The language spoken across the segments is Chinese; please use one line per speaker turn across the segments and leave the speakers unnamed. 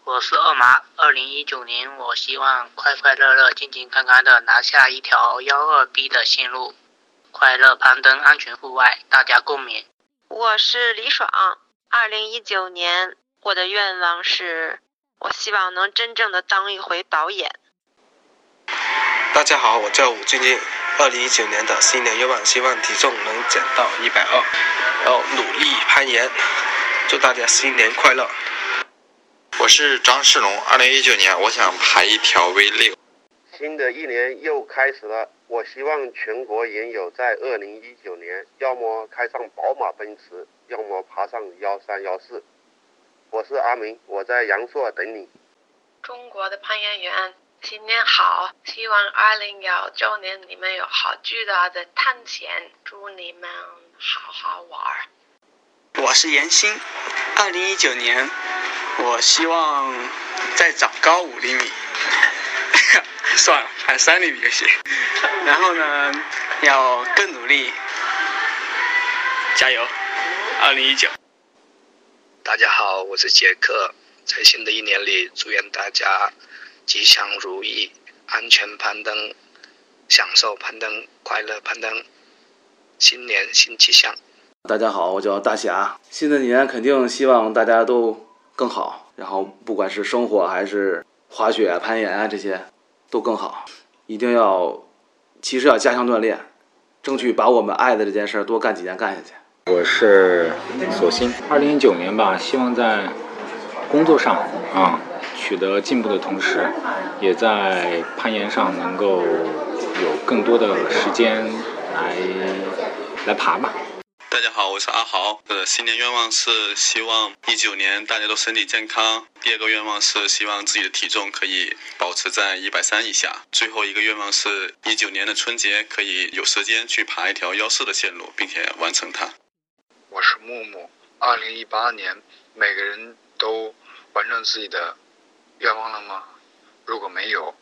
我是二麻。2019年，我希望快快乐乐、健健康康的拿下一条12B 的线路，快乐攀登，安全户外，大家共勉。
我是李爽。2019年，我的愿望是，我希望能真正的当一回导演。
大家好，我叫吴俊业。2019年的新年愿望，希望体重能减到120，然后努力攀岩。祝大家新年快乐。
我是张世龙。2019年，我想爬一条 V6。
新的一年又开始了，我希望全国研友在2019年，要么开上宝马奔驰，要么爬上13、14。我是阿明，我在阳朔等你。
中国的攀岩员，新年好！希望2019年你们有好巨大的探险，祝你们好好玩。
我是严鑫。2019年，我希望再长高5厘米。算了，还3厘米就行。然后呢，要更努力，加油！2019。
大家好，我是杰克。在新的一年里，祝愿大家吉祥如意，安全攀登，享受攀登，快乐攀登，新年新气象。
大家好，我叫大侠。新的年肯定希望大家都更好，然后不管是生活还是滑雪啊、攀岩啊这些都更好。一定要，其实要加强锻炼，争取把我们爱的这件事多干几年干下去。
我是索鑫。2019年吧，希望在工作上取得进步的同时，也在攀岩上能够有更多的时间来爬吧。
大家好，我是阿豪。新年愿望是希望19年大家都身体健康。第二个愿望是希望自己的体重可以保持在130以下。最后一个愿望是19年的春节可以有时间去爬一条14的线路，并且完成它。
我是木木。2018年，每个人都完成自己的愿望了吗？如果没有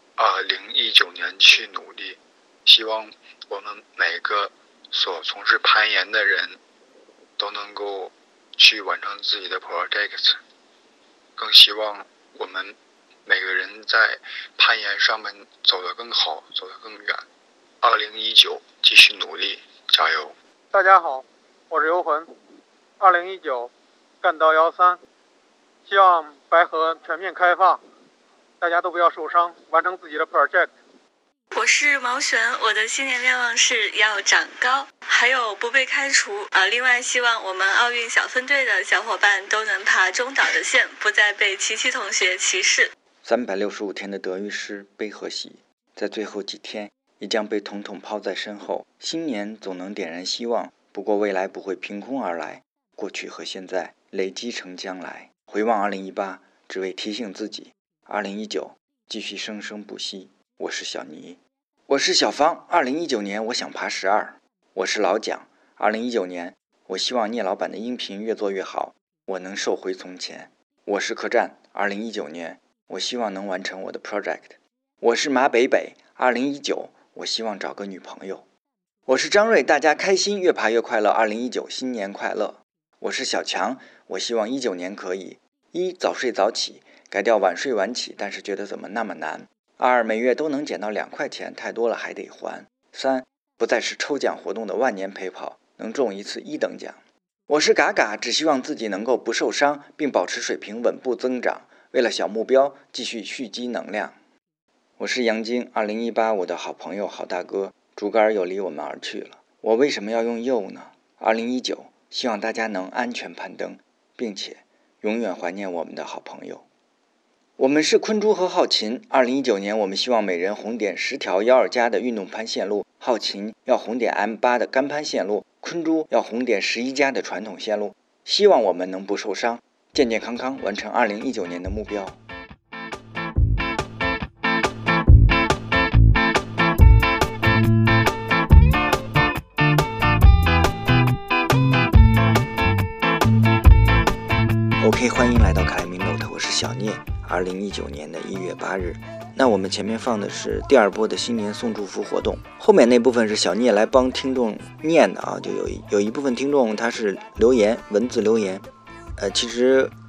，2019年去努力。希望我们每个所从事攀岩的人都能够去完成自己的 project， 更希望我们每个人在攀岩上面走得更好，走得更远。2019继续努力，加油！
大家好，我是游魂。2019干到13，希望白河全面开放，大家都不要受伤，完成自己的 project。
我是毛璇，我的新年愿望是要长高，还有不被开除。另外希望我们奥运小分队的小伙伴都能爬中岛的线，不再被琪琪同学歧视。
365天的德育诗悲和喜，在最后几天也将被统统抛在身后。新年总能点燃希望，不过未来不会凭空而来，过去和现在累积成将来。回望2018，只为提醒自己，2019继续生生不息。我是小倪。我是小芳。2019年我想爬12。我是老蒋。2019年我希望聂老板的音频越做越好，我能瘦回从前。我是客栈。2019年我希望能完成我的 project。我是马北北。2019我希望找个女朋友。我是张瑞。大家开心，越爬越快乐。2019新年快乐。我是小强。我希望19年可以1早睡早起，改掉晚睡晚起，但是觉得怎么那么难。2每月都能捡到2块钱，太多了还得还。3不再是抽奖活动的万年陪跑，能中一次1等奖。我是嘎嘎，只希望自己能够不受伤，并保持水平稳步增长，为了小目标继续蓄积能量。我是杨晶。2018我的好朋友好大哥，竹竿又离我们而去了，我为什么要用又呢？2019希望大家能安全攀登，并且永远怀念我们的好朋友。我们是坤珠和浩琴。2019年我们希望每人红点10条12+的运动攀线路，浩琴要红点 M8 的干攀线路，坤珠要红点11+的传统线路。希望我们能不受伤，健健康康完成2019年的目标。OK， 欢迎来到克莱明 Note， 我是小聂。2019年的1月8日，那我们前面放的是第2波的新年送祝福活动，后面那部分是小聂来帮听众念的啊，就有一部分听众他是留言，文字留言，其实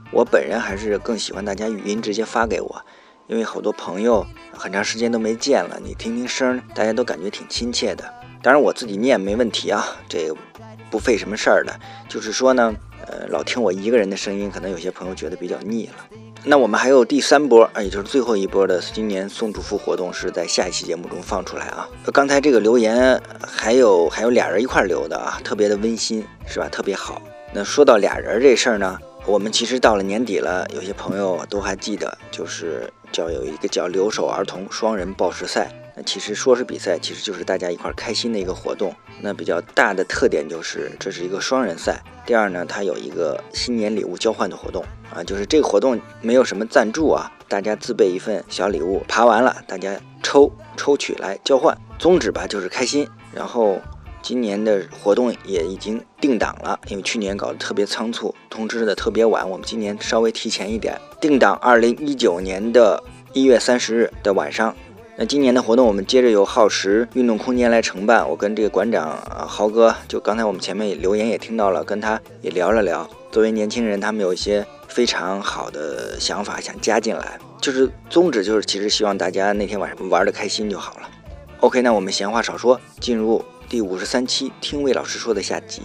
我本人还是更喜欢大家语音直接发给我，因为好多朋友很长时间都没见了，你听听声，大家都感觉挺亲切的。当然我自己念没问题啊，这个不费什么事儿的。就是说呢，老听我一个人的声音，可能有些朋友觉得比较腻了。那我们还有第3波，也就是最后一波的今年送祝福活动是在下一期节目中放出来啊。刚才这个留言还有俩人一块留的啊，特别的温馨，是吧？特别好。那说到俩人这事儿呢，我们其实到了年底了，有些朋友都还记得，就是有一个叫留守儿童双人报时赛。那其实说是比赛，其实就是大家一块开心的一个活动。那比较大的特点就是这是一个双人赛。第二呢，它有一个新年礼物交换的活动啊，就是这个活动没有什么赞助啊，大家自备一份小礼物，爬完了大家抽取来交换，宗旨吧就是开心。然后今年的活动也已经定档了，因为去年搞得特别仓促，通知的特别晚，我们今年稍微提前一点，定档2019年的1月30日的晚上。那今年的活动我们接着由浩石运动空间来承办，我跟这个馆长豪哥，就刚才我们前面留言也听到了，跟他也聊了聊。作为年轻人，他们有一些非常好的想法想加进来，就是宗旨就是其实希望大家那天晚上玩得开心就好了。OK， 那我们闲话少说，进入第53期听魏老师说的下集。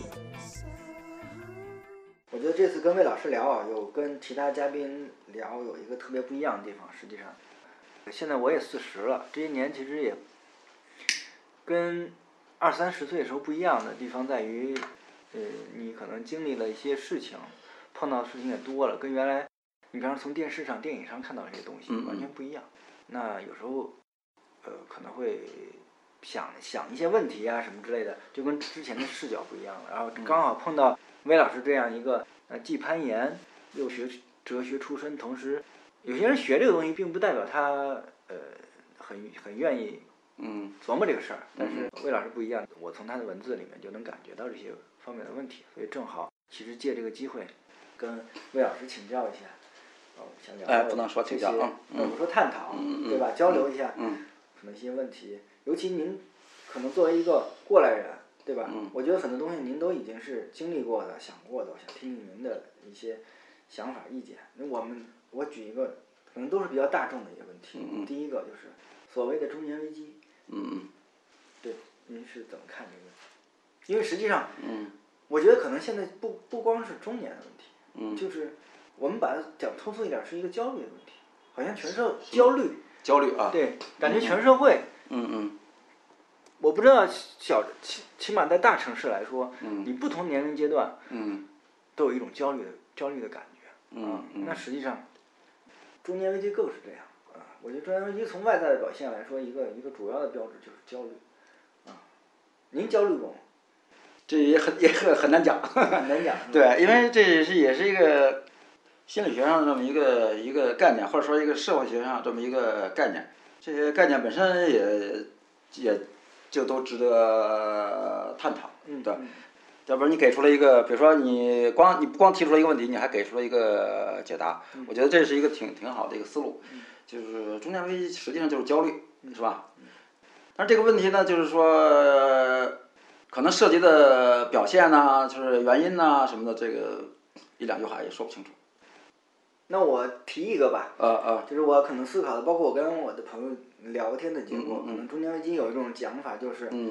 我觉得这次跟魏老师聊啊，有跟其他嘉宾聊有一个特别不一样的地方，实际上现在我也40了，这些年其实也跟20-30岁的时候不一样的地方在于，你可能经历了一些事情，碰到的事情也多了，跟原来你比方说从电视上、电影上看到这些东西完全不一样。那有时候，可能会想一些问题啊什么之类的，就跟之前的视角不一样了。然后刚好碰到魏老师这样一个既攀岩又学哲学出身，同时有些人学这个东西并不代表他很愿意琢磨这个事儿，但是魏老师不一样，我从他的文字里面就能感觉到这些方面的问题，所以正好其实借这个机会跟魏老师请教一下，想聊
不能说请教
我说探讨，对吧？交流一下，可能一些问题，尤其您可能作为一个过来人，对吧？我觉得很多东西您都已经是经历过的、想过的，我想听听您的一些想法意见。那我举一个可能都是比较大众的一个问题，第一个就是所谓的中年危机，对，您是怎么看这个问题？因为实际上，我觉得可能现在不光是中年的问题，就是我们把它讲通俗一点，是一个焦虑的问题，好像全社焦虑啊，对，感觉全社会，我不知道起码在大城市来说，你不同年龄阶段，都有一种焦虑的感觉，那实际上，中年危机更是这样啊。我觉得中年危机从外在的表现来说，一个主要的标志就是焦虑，您焦虑过吗？
这也很难讲，
很难讲。
对，因为这也是一个心理学上这么一个概念，或者说一个社会学上这么一个概念。这些概念本身也就都值得探讨，对。要不然你给出了一个，比如说你不光提出了一个问题，你还给出了一个解答，我觉得这是一个挺好的一个思路。就是中年危机实际上就是焦虑，是吧？但是这个问题呢，就是说可能涉及的表现呐，就是原因呐什么的，这个一两句话也说不清楚。
那我提一个吧，就是我可能思考的，包括我跟我的朋友聊天的结果，可能中年危机有一种讲法，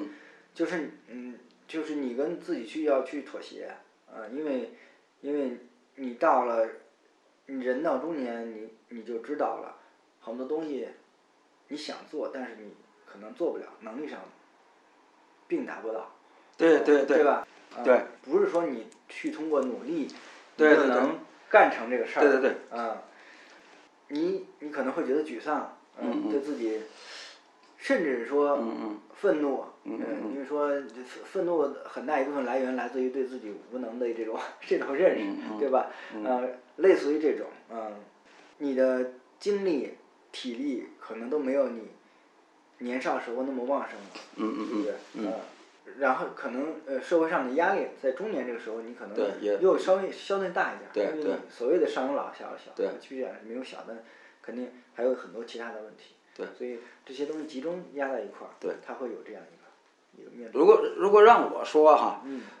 就是你跟自己要去妥协，因为你到了，你人到中年，你就知道了，很多东西你想做，但是你可能做不了，能力上并达不到。对吧？
对，
不是说你去通过努力，
对
就能干成这个事儿。
对。
你可能会觉得沮丧，对自己，甚至说愤怒，因为说愤怒很大一部分来自于对自己无能的这种认识，对吧？类似于这种，你的精力、体力可能都没有你年少时候那么旺盛了，对不对？然后可能社会上的压力在中年这个时候，你可能又稍微相对大一点，因为你所谓的上有老下有小，其实没有小，但肯定还有很多其他的问题。所以这些东西集中压在一块儿，它会有这样一个面对。
如果让我说哈，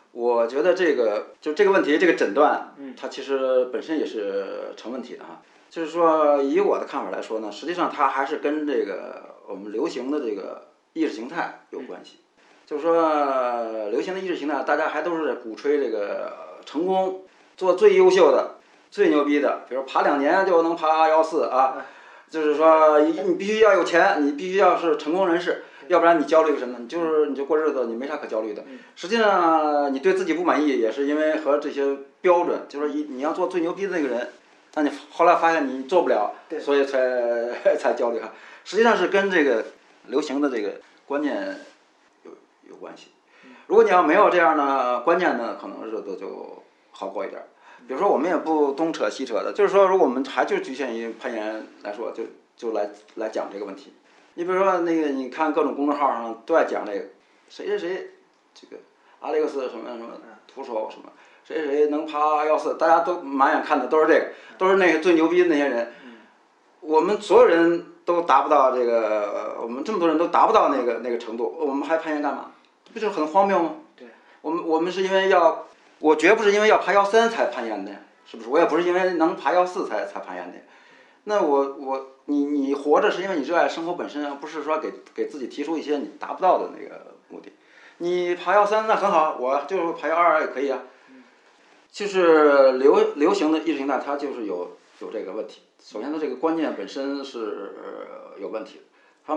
我觉得这个问题这个诊断，它其实本身也是成问题的哈。就是说，以我的看法来说呢，实际上它还是跟这个我们流行的这个意识形态有关系。就是说，流行的意识形态，大家还都是鼓吹这个成功，做最优秀的、最牛逼的，比如爬2年就能爬114啊。就是说，你必须要有钱，你必须要是成功人士，要不然你焦虑什么呢？你就过日子，你没啥可焦虑的。实际上，你对自己不满意，也是因为和这些标准，就是说你要做最牛逼的那个人，那你后来发现你做不了，所以才焦虑哈。实际上是跟这个流行的这个观念有关系。如果你要没有这样的观念呢，可能日子就好过一点。比如说，我们也不东扯西扯的，就是说，如果我们还就局限于攀岩来说，就来讲这个问题。你比如说那个，你看各种公众号上都在讲这个，谁这个Alex什么徒手什么，谁能爬114，大家都满眼看的都是这个，都是那个最牛逼的那些人。我们所有人都达不到这个，我们这么多人都达不到那个程度，我们还攀岩干嘛？不就很荒谬吗？对，我们是因为我绝不是因为要爬113才攀岩的，是不是？我也不是因为能爬114才攀岩的。那你活着是因为你热爱生活本身，而不是说给自己提出一些你达不到的那个目的。你爬113那很好，我就是爬122也可以啊。就是流行的意识形态，它就是有这个问题。首先，它这个观念本身是有问题，它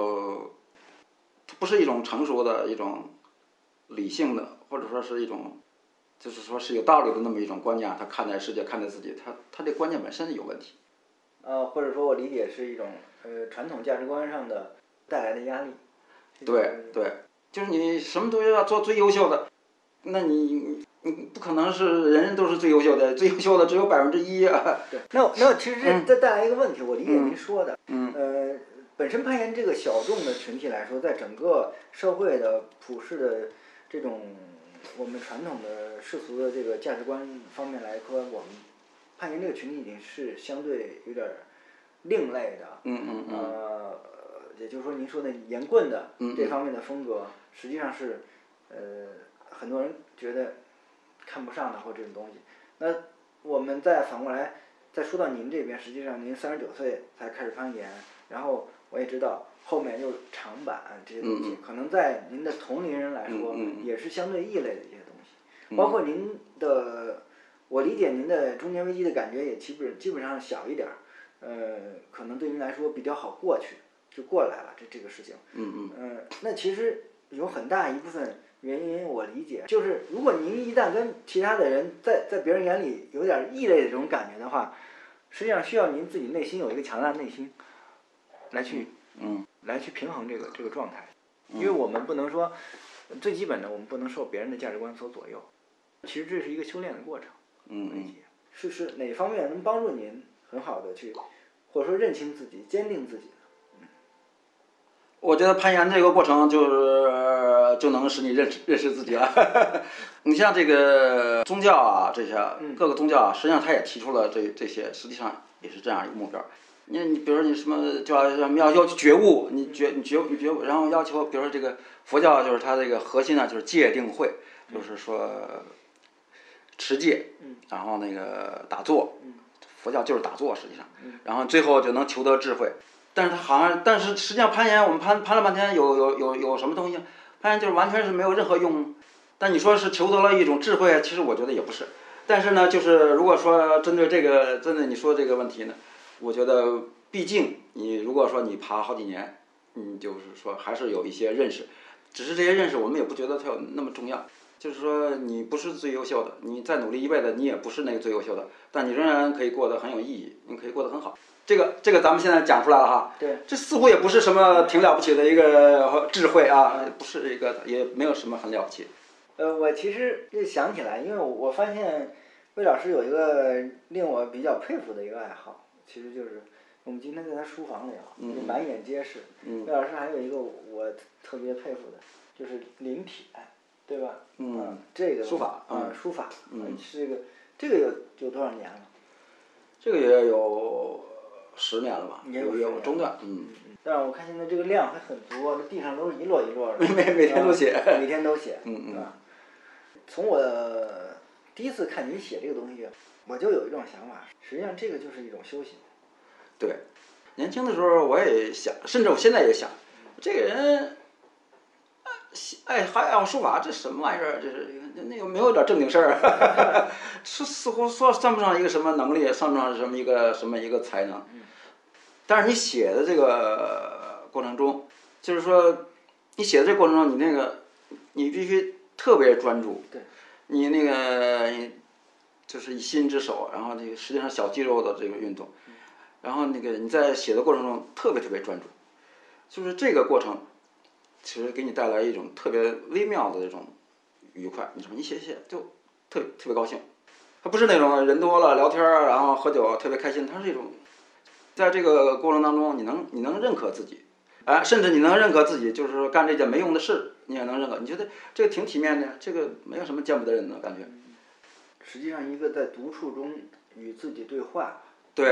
不是一种成熟的一种理性的，或者说是一种就是说是有道理的那么一种观念，他看待世界，看待自己，他这观念本身有问题。
或者说我理解是一种传统价值观上的带来的压力。
对，就是你什么都要做最优秀的，那你不可能是人人都是最优秀的，最优秀的只有1%啊。
对，那其实这带来一个问题，我理解您说的，本身攀岩这个小众的群体来说，在整个社会的普世的这种我们传统的世俗的这个价值观方面来说，我们攀岩这个群体已经是相对有点另类的。也就是说您说的岩棍的这方面的风格，实际上是很多人觉得看不上的或这种东西。那我们再反过来再说到您这边，实际上您39岁才开始攀岩，然后我也知道后面又长板这些东西，可能在您的同龄人来说也是相对异类的一些东西。包括您的，我理解您的中年危机的感觉也基本上小一点，可能对您来说比较好过去，就过来了这个事情。那其实有很大一部分原因我理解，就是如果您一旦跟其他的人在别人眼里有点异类的这种感觉的话，实际上需要您自己内心有一个强大的内心来去平衡这个状态。因为我们不能说最基本的，我们不能受别人的价值观所左右，其实这是一个修炼的过程。是哪方面能帮助您很好的去或者说认清自己，坚定自己的？
我觉得攀岩这个过程就能使你认识自己了。你像这个宗教啊，这些各个宗教啊，实际上他也提出了这些，实际上也是这样一个目标。你比如说你什么要求觉悟，你觉悟，然后要求比如说这个佛教就是它这个核心呢就是戒定慧，就是说持戒，然后那个打坐，佛教就是打坐实际上，然后最后就能求得智慧。但是实际上攀岩我们攀了半天有什么东西？攀岩就是完全是没有任何用。但你说是求得了一种智慧，其实我觉得也不是。但是呢，就是如果说针对你说这个问题呢，我觉得毕竟你如果说你爬好几年，就是说还是有一些认识，只是这些认识我们也不觉得它有那么重要。就是说你不是最优秀的，你再努力一辈子你也不是那个最优秀的，但你仍然可以过得很有意义，你可以过得很好。这个咱们现在讲出来了哈，
对，
这似乎也不是什么挺了不起的一个智慧啊，不是一个，也没有什么很了不起。
我其实就想起来，因为我发现魏老师有一个令我比较佩服的一个爱好，其实就是我们今天在他书房里啊，满眼皆是。魏老师还有一个我特别佩服的，就是临帖，对吧？这个
书法，
书法，这个有多少年了？
这个也有10年了吧，
也
有中断，
但是我看现在这个量还很多，那地上都是一摞一摞的。
每天都写，
每天都写，是吧？ 从我第一次看你写这个东西，我就有一种想法，实际上这个就是一种修行。
对，年轻的时候我也想，甚至我现在也想，这个人，还要书法，这什么玩意儿？这是那有没有点正经事儿？似乎说算不上一个什么能力，算不上什么一个才能。但是你写的这个过程中，就是说，你写的这个过程中，你必须特别专注。
对。
你那个就是以心之手，然后这个实际上小肌肉的这个运动，然后你在写的过程中特别专注，就是这个过程，其实给你带来一种特别微妙的这种愉快。你知道吗？你写就特别高兴，它不是那种人多了聊天然后喝酒特别开心，它是一种，在这个过程当中你能认可自己，甚至你能认可自己，就是说干这件没用的事。你也能认可，你觉得这个挺体面的，这个没有什么见不得人的感觉。
实际上，一个在独处中与自己对话。
对，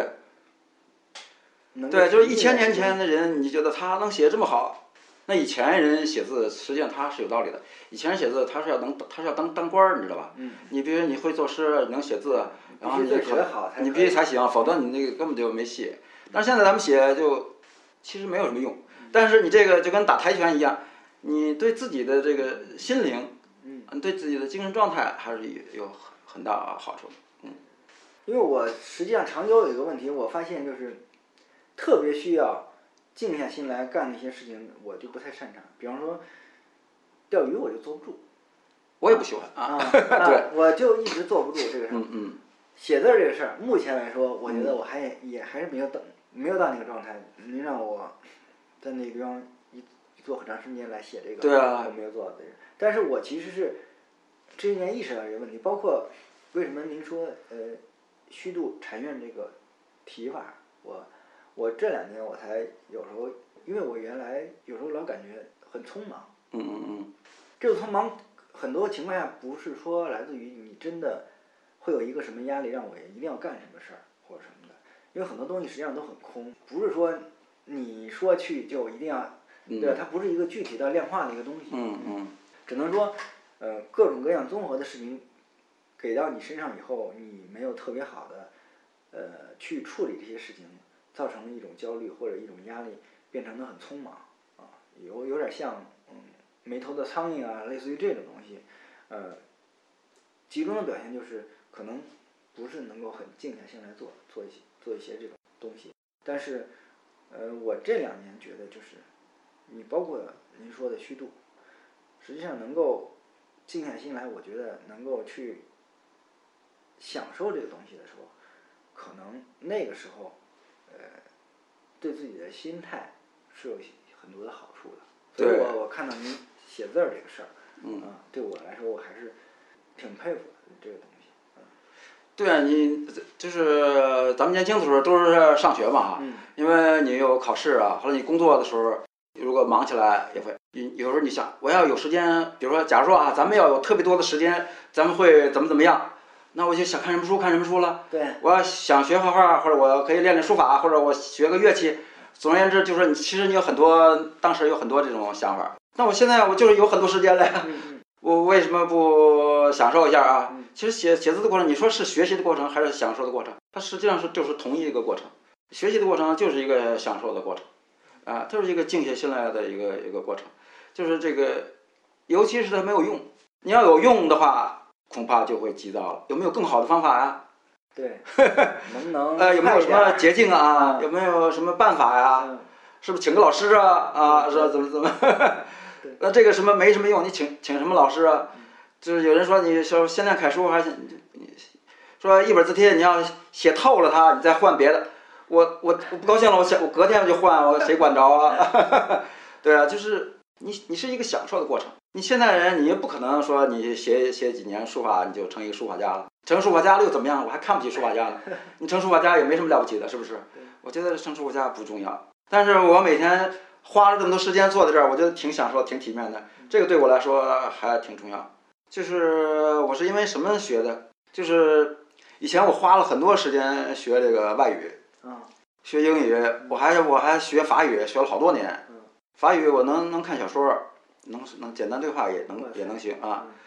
就是1000年前的人，你觉得他能写这么好？那以前人写字，实际上他是有道理的。以前人写字，他是要当官儿，你知道吧？你比如你会作诗，你能写字，然后你必须才行，否则你那个根本就没戏。但是现在咱们写就其实没有什么用，但是你这个就跟打跆拳一样。你对自己的这个心灵，对自己的精神状态还是有很大好处的。
因为我实际上长久有一个问题，我发现就是特别需要静下心来干那些事情，我就不太擅长。比方说钓鱼，我就坐不住。
我也不喜欢啊。
对，我就一直坐不住这个事儿。写字这个事儿，目前来说，我觉得我还是没有到那个状态。您让我在那个地方做很长时间来写这个，
对啊，
我没有做到这个。但是我其实是这一年意识到这个问题，包括为什么您说虚度禅院这个提法，我这2年我才有时候，因为我原来有时候老感觉很匆忙。这个匆忙很多情况下不是说来自于你真的会有一个什么压力让我一定要干什么事儿或者什么的，因为很多东西实际上都很空，不是说你说去就一定要。对吧？它不是一个具体的量化的一个东西。只能说，各种各样综合的事情给到你身上以后，你没有特别好的去处理这些事情，造成了一种焦虑或者一种压力，变成得很匆忙啊，有点像没头的苍蝇啊，类似于这种东西。集中的表现就是可能不是能够很静下心来做一些这种东西。但是我这2年觉得就是。你包括您说的虚度，实际上能够静下心来，我觉得能够去享受这个东西的时候，可能那个时候，对自己的心态是有很多的好处的。所以我看到您写字儿这个事儿，对我来说我还是挺佩服的这个东西。
对啊，你就是咱们年轻的时候都是上学嘛因为你有考试啊，或者你工作的时候。如果忙起来也会，有时候你想，我要有时间，比如说，假如说咱们要有特别多的时间，咱们会怎么样？那我就想看什么书了。
对。
我要想学画画，或者我可以练书法，或者我学个乐器。总而言之，就是其实你有很多，当时有很多这种想法。那我现在我就是有很多时间了呀，我为什么不享受一下啊？其实写字的过程，你说是学习的过程还是享受的过程？它实际上就是同一个过程。学习的过程就是一个享受的过程。就是一个静下心来的一个过程，就是这个，尤其是它没有用，你要有用的话，恐怕就会急躁了。有没有更好的方法呀？
对，能
有没有什么捷径啊？有没有什么办法呀？是不是请个老师啊？是吧？怎么？那这个什么没什么用，你请什么老师啊？就是有人说你说现在楷书还是说一本字帖你要写透了它，你再换别的。我不高兴了，我隔天我就换，我谁管着啊？对啊，就是你是一个享受的过程。你现在人，你也不可能说你写几年书法你就成一个书法家了。成书法家了又怎么样？我还看不起书法家呢。你成书法家也没什么了不起的，是不是？我觉得成书法家不重要，但是我每天花了这么多时间坐在这儿，我觉得挺享受、挺体面的。这个对我来说还挺重要。就是我是因为什么学的？就是以前我花了很多时间学这个外语。学英语，我还学法语，学了好多年。法语我能看小说，能简单对话也能行啊。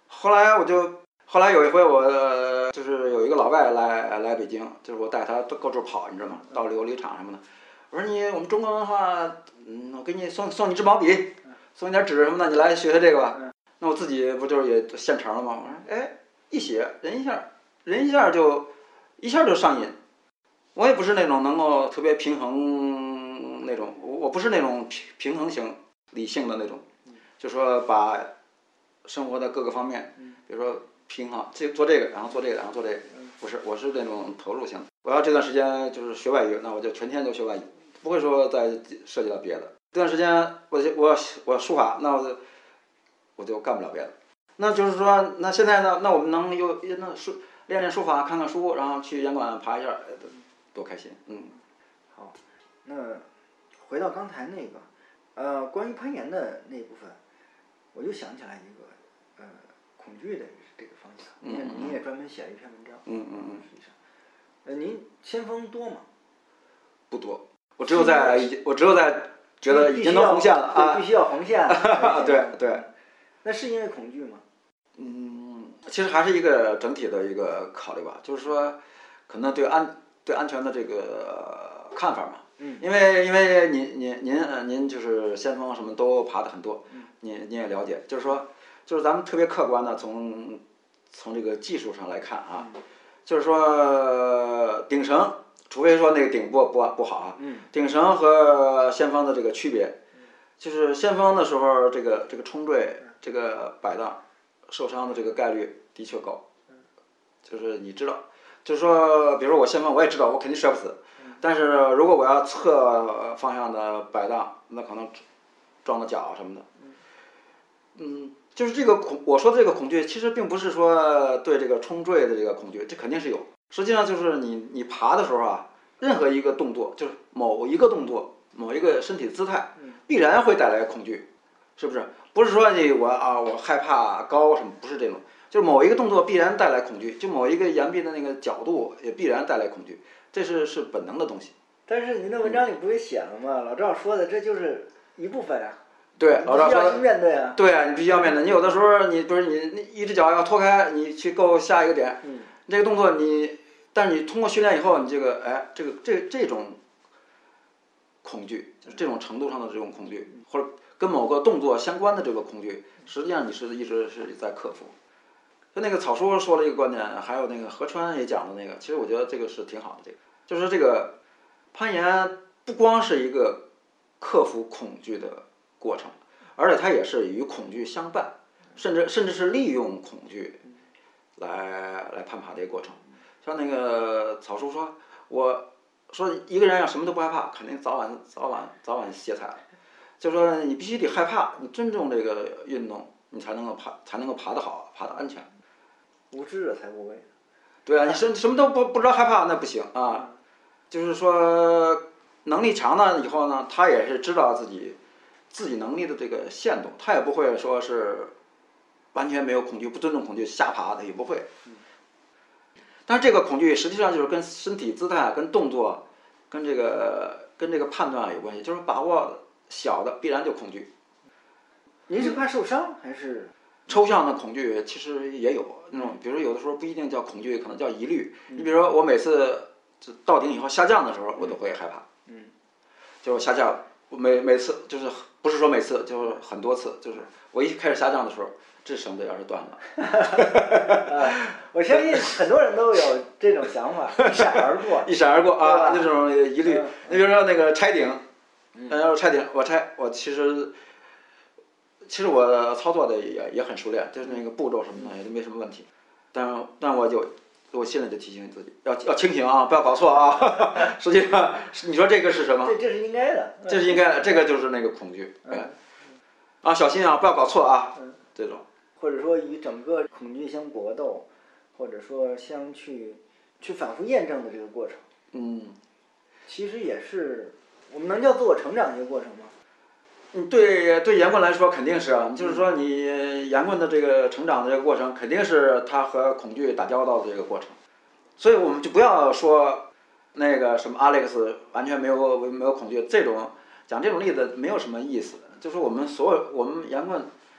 后来有一回就是有一个老外来北京，就是我带他到处跑，你知道吗？到琉璃厂什么的。我说我们中国文化，我给你送你支毛笔，送你点纸什么的，你来学学这个吧。那我自己不就是也现成了吗？我说哎，一写人一下就上瘾。我也不是那种能够特别平衡那种，我不是那种平衡型理性的那种，就说把生活的各个方面，比如说平衡，做这个，然后做这个，然后做这个，不是，我是那种投入型的。我要这段时间就是学外语，那我就全天都学外语，不会说再涉及到别的。这段时间我书法，那我就干不了别的。那就是说，那现在呢，那我们能练书法，看看书，然后去严管爬一下，多开心。
好，那回到刚才那个，关于攀岩的那部分，我又想起来一个，恐惧的这个方向。你也专门写了一篇文章。实际上，您先锋多吗？
不多，我只有在觉得已经能红线了啊，
必须要红线。
对。
那是因为恐惧吗？
其实还是一个整体的一个考虑吧，就是说，可能对安全的这个看法嘛。因为您就是先锋什么都爬得很多，您也了解，就是咱们特别客观的从这个技术上来看啊，就是说顶绳，除非说那个顶不好啊，顶绳和先锋的这个区别，就是先锋的时候这个冲坠这个摆荡受伤的这个概率的确高，就是你知道，就是说比如说我先锋我也知道我肯定摔不死，但是如果我要侧方向的摆荡，那可能撞到脚什么的。就是这个我说的这个恐惧，其实并不是说对这个冲坠的这个恐惧，这肯定是有。实际上就是你爬的时候啊，任何一个动作，就是某一个动作，某一个身体姿态，必然会带来恐惧，是不是？不是说我害怕高什么，不是这种，就是某一个动作必然带来恐惧，就某一个岩壁的那个角度也必然带来恐惧，这是本能的东西。
但是您的文章里不是写了吗？老赵说的这就是一部分啊。
对，老赵说，
面对啊。
对啊，你必须要面对。你有的时候你一只脚要脱开，你去够下一个点，这个动作但是你通过训练以后，你这种恐惧，这种程度上的这种恐惧，或者跟某个动作相关的这个恐惧，实际上你是一直是在克服。就那个草叔说了一个观点，还有那个何川也讲的那个，其实我觉得这个是挺好的。就是这个攀岩不光是一个克服恐惧的过程，而且它也是与恐惧相伴，甚至是利用恐惧来攀爬的一个过程。像那个草叔说，我说一个人要什么都不害怕，肯定早晚歇菜了。就说你必须得害怕，你尊重这个运动，你才能够爬得好，爬得安全。
无知者才无畏。
对啊，你什么都不知道害怕，那不行啊。就是说能力强了以后呢，他也是知道自己能力的这个限度，他也不会说是完全没有恐惧，不尊重恐惧瞎爬，他也不会。但是这个恐惧实际上就是跟身体姿态、跟动作、跟这个判断有关系，就是把握小的必然就恐惧。
您是怕受伤还是？
抽象的恐惧其实也有那种，比如有的时候不一定叫恐惧，可能叫疑虑。你比如说我每次到顶以后下降的时候，我都会害怕。就是下降，每次就是不是说每次，就是很多次，就是我一开始下降的时候，这绳子要是断了。
我相信很多人都有这种想法，一闪而过。
一闪而过啊，那种疑虑。你比如说那个拆顶，拆顶，我其实我操作的也很熟练，就是那个步骤什么的也都没什么问题，但我心里就提醒自己要清醒啊，不要搞错啊。实际上你说这个是什么？
这是应该的。
这是应该的，这个就是那个恐惧。小心啊，不要搞错啊。这种。
或者说与整个恐惧相搏斗，或者说相去反复验证的这个过程。其实也是我们能叫自我成长的一个过程吗？
对岩棍来说肯定是啊，就是说你岩棍的这个成长的这个过程，肯定是它和恐惧打交道的这个过程，所以我们就不要说那个什么 Alex 完全没有恐惧，讲这种例子没有什么意思。就是我们岩棍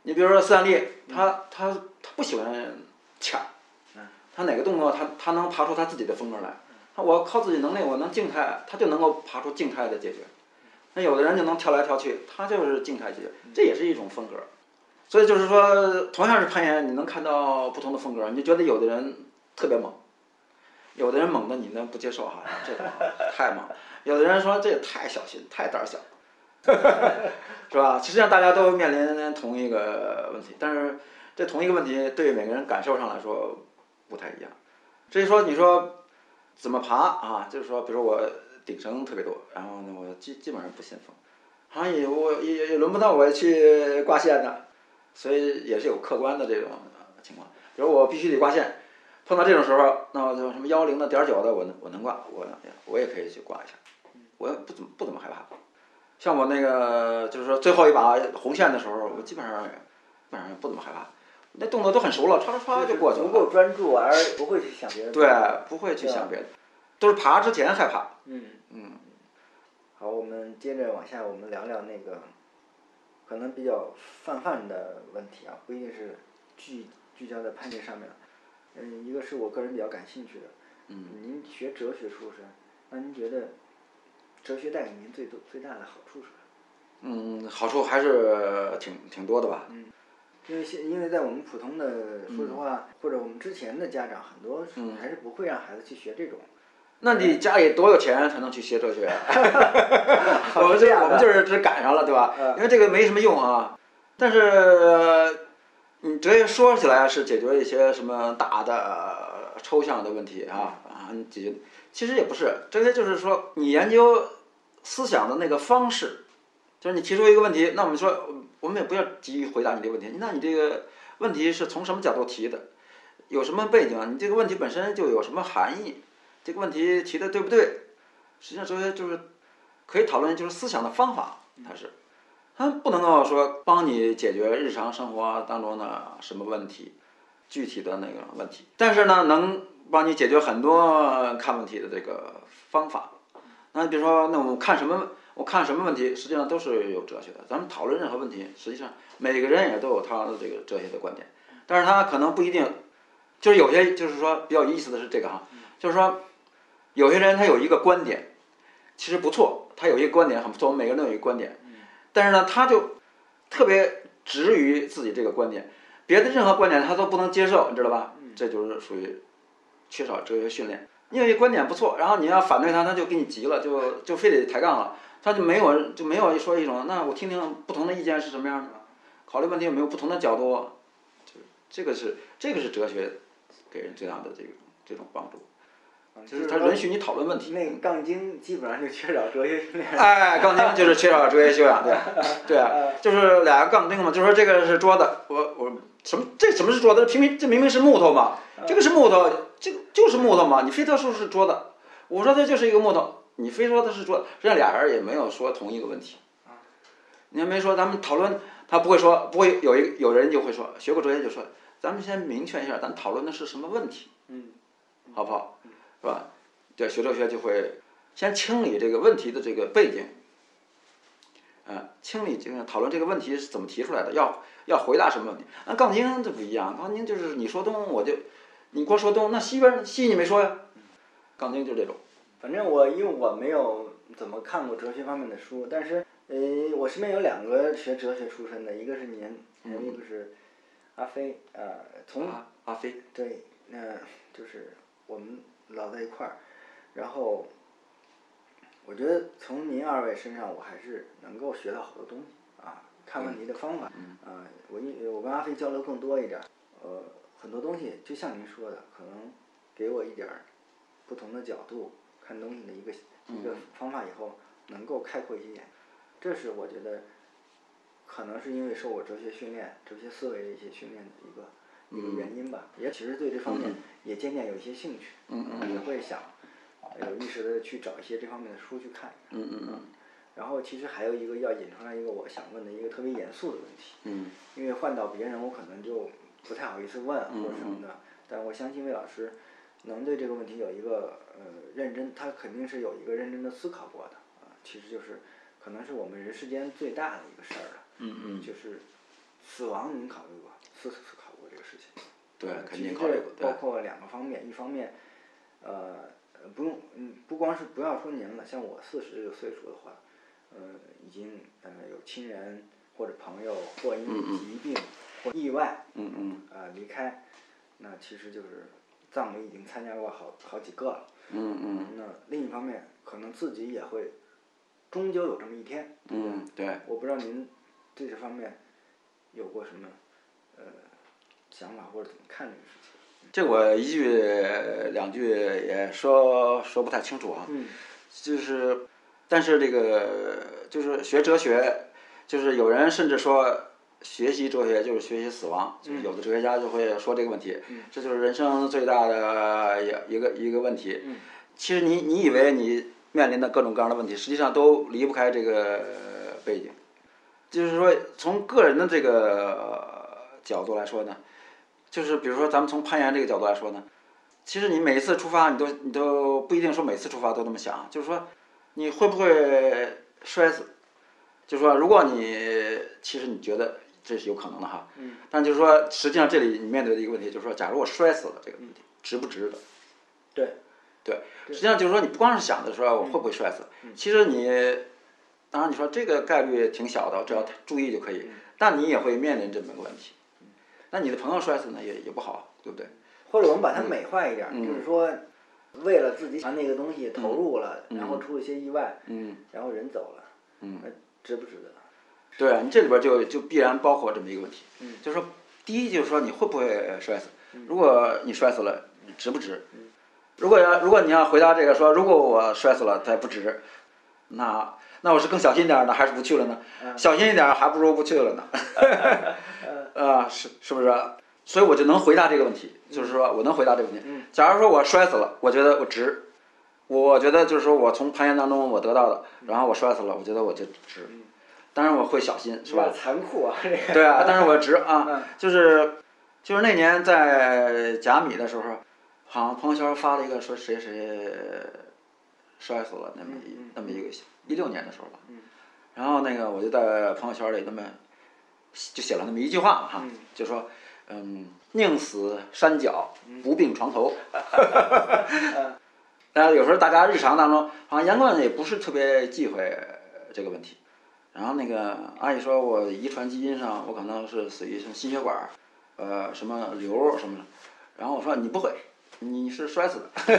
你比如说斯坦利，他不喜欢抢，他哪个动作他能爬出他自己的风格来。我靠自己能力，我能静态，他就能够爬出静态的解决。那有的人就能跳来跳去，他就是静态解决，这也是一种风格。所以就是说，同样是攀岩，你能看到不同的风格。你就觉得有的人特别猛，有的人猛的你呢不接受哈，这个太猛；有的人说这也太小心，太胆小，是吧？实际上大家都面临同一个问题，但是这同一个问题对每个人感受上来说不太一样。至于说你说怎么爬啊，就是说，比如说我顶绳特别多，然后呢我基本上不信风，好像也轮不到我去挂线的。所以也是有客观的这种情况，比如我必须得挂线，碰到这种时候，那我就什么10的.9的我能挂，我也可以去挂一下，我不怎么害怕。像我那个就是说最后一把红线的时候，我基本上不怎么害怕，那动作都很熟了，唰唰唰就过去了。
足够专注而不会去想别的。
对，不会去想别的，都是爬之前害怕。
好，我们接着往下，我们聊聊那个。可能比较泛的问题啊，不一定是聚焦在攀岩上面。一个是我个人比较感兴趣的。您学哲学出身，那您觉得哲学带给您最大的好处是什
么？好处还是挺多的吧。
因为在我们普通的，说实话，或者我们之前的家长很多还是不会让孩子去学这种。
那你家里多有钱才能去学哲学？我们就是只赶上了，对吧？因为这个没什么用啊。但是，哲学说起来是解决一些什么大的抽象的问题解决。其实也不是，哲学就是说你研究思想的那个方式，就是你提出一个问题，那我们说我们也不要急于回答你这个问题，那你这个问题是从什么角度提的，有什么背景，你这个问题本身就有什么含义。这个问题提的对不对？实际上哲学就是可以讨论，就是思想的方法，它不能够说帮你解决日常生活当中的什么问题，具体的那个问题，但是呢，能帮你解决很多看问题的这个方法。那比如说，那我看什么问题，实际上都是有哲学的。咱们讨论任何问题，实际上每个人也都有他的这个哲学的观点，但是他可能不一定，就是有些就是说比较有意思的是这个就是说。有些人他有一个观点，其实不错，他有一个观点很不错，我们每个人都有一个观点，但是呢，他就特别执于自己这个观点，别的任何观点他都不能接受，你知道吧？这就是属于缺少哲学训练。你有一个观点不错，然后你要反对他，他就给你急了，就非得抬杠了，他就没有说一种，那我听听不同的意见是什么样的，考虑问题有没有不同的角度，这个是哲学给人最大的这种帮助。就是它允许你讨论问题。
那个杠精基本上就缺少哲学训练。
杠精就是缺少哲学修养，对啊，就是俩杠精嘛，就说这个是桌子，什么是桌子？这明明是木头嘛，这个是木头，这个就是木头嘛，你非得说是桌子，我说它就是一个木头，你非说它是桌子，实际上俩人也没有说同一个问题。你还没说咱们讨论，他不会有人就会说，学过哲学就说，咱们先明确一下，咱讨论的是什么问题，好不好？是吧？这学哲学就会先清理这个问题的这个背景，清理这个讨论这个问题是怎么提出来的，要回答什么问题。那杠精这不一样，杠精就是你说东你给我说东，那西你没说呀，杠精就这种。
反正因为我没有怎么看过哲学方面的书，但是我身边有2个学哲学出身的，一个是您，一个是阿飞，
阿飞
对，那就是我们老在一块儿，然后我觉得从您2位身上，我还是能够学到好多东西看问题的方法我跟阿飞交流更多一点，很多东西就像您说的，可能给我一点不同的角度看东西的一个方法，以后能够开阔一些眼，这是我觉得可能是因为受我哲学训练、哲学思维的一些训练的一个原因吧，也其实对这方面也渐渐有一些兴趣，也会想有意识的去找一些这方面的书去看一看，然后其实还有一个要引出来一个我想问的一个特别严肃的问题，因为换到别人我可能就不太好意思问或者什么的，但我相信魏老师能对这个问题有一个认真，他肯定是有一个认真的思考过的其实就是可能是我们人世间最大的一个事儿了，就是死亡您考虑过？思考过这个事情？
对，肯定考虑过。
包括2个方面，一方面，不光是不要说您了，像我40这个岁数的话，已经有亲人或者朋友或因为疾病或意外，离开，那其实就是葬礼已经参加过好几个了。那另一方面，可能自己也会终究有这么一天。
对。
我不知道您对这方面有过什么想法或者怎么看这个事情？
这我一句两句也说不太清楚啊。就是，但是这个就是学哲学，就是有人甚至说学习哲学就是学习死亡，就是有的哲学家就会说这个问题，这就是人生最大的一个问题。其实你以为你面临的各种各样的问题，实际上都离不开这个背景。就是说，从个人的这个角度来说呢，就是比如说咱们从攀岩这个角度来说呢，其实你每一次出发，你都不一定说每次出发都这么想，就是说你会不会摔死？就是说，如果其实你觉得这是有可能的哈，但就是说，实际上这里你面对的一个问题就是说，假如我摔死了这个问题，值不值得？对，实际上就是说，你不光是想着说我会不会摔死，其实当然你说这个概率挺小的，只要注意就可以，但你也会面临这么个问题。那你的朋友摔死呢，也不好，对不对？
或者我们把它美化一点，就是说，为了自己把那个东西投入了，然后出了一些意外，然后人走了，那值不值得？
对啊，你这里边就必然包括这么一个问题，就是说，第一就是说你会不会摔死？如果你摔死了，值不值？如果你要回答这个说，如果我摔死了，它不值，那我是更小心点呢，还是不去了呢？小心一点还不如不去了呢。是不是？所以我就能回答这个问题，就是说我能回答这个问题。假如说我摔死了，我觉得我值，我觉得就是说我从攀岩当中我得到的，然后我摔死了，我觉得我就值。当然我会小心，是吧？
残酷啊！
对啊，但是我值啊，就是那年在甲米的时候，好像朋友圈发了一个说谁摔死了，那么一个16年的时候吧，然后那个我就在朋友圈里就写了那么一句话哈，就说宁死山脚，不病床头。有时候大家日常当中，好像严冠也不是特别忌讳这个问题。然后那个阿姨说，我遗传基因上我可能是属于什么心血管，什么瘤什么的。然后我说你不会，你是摔死的。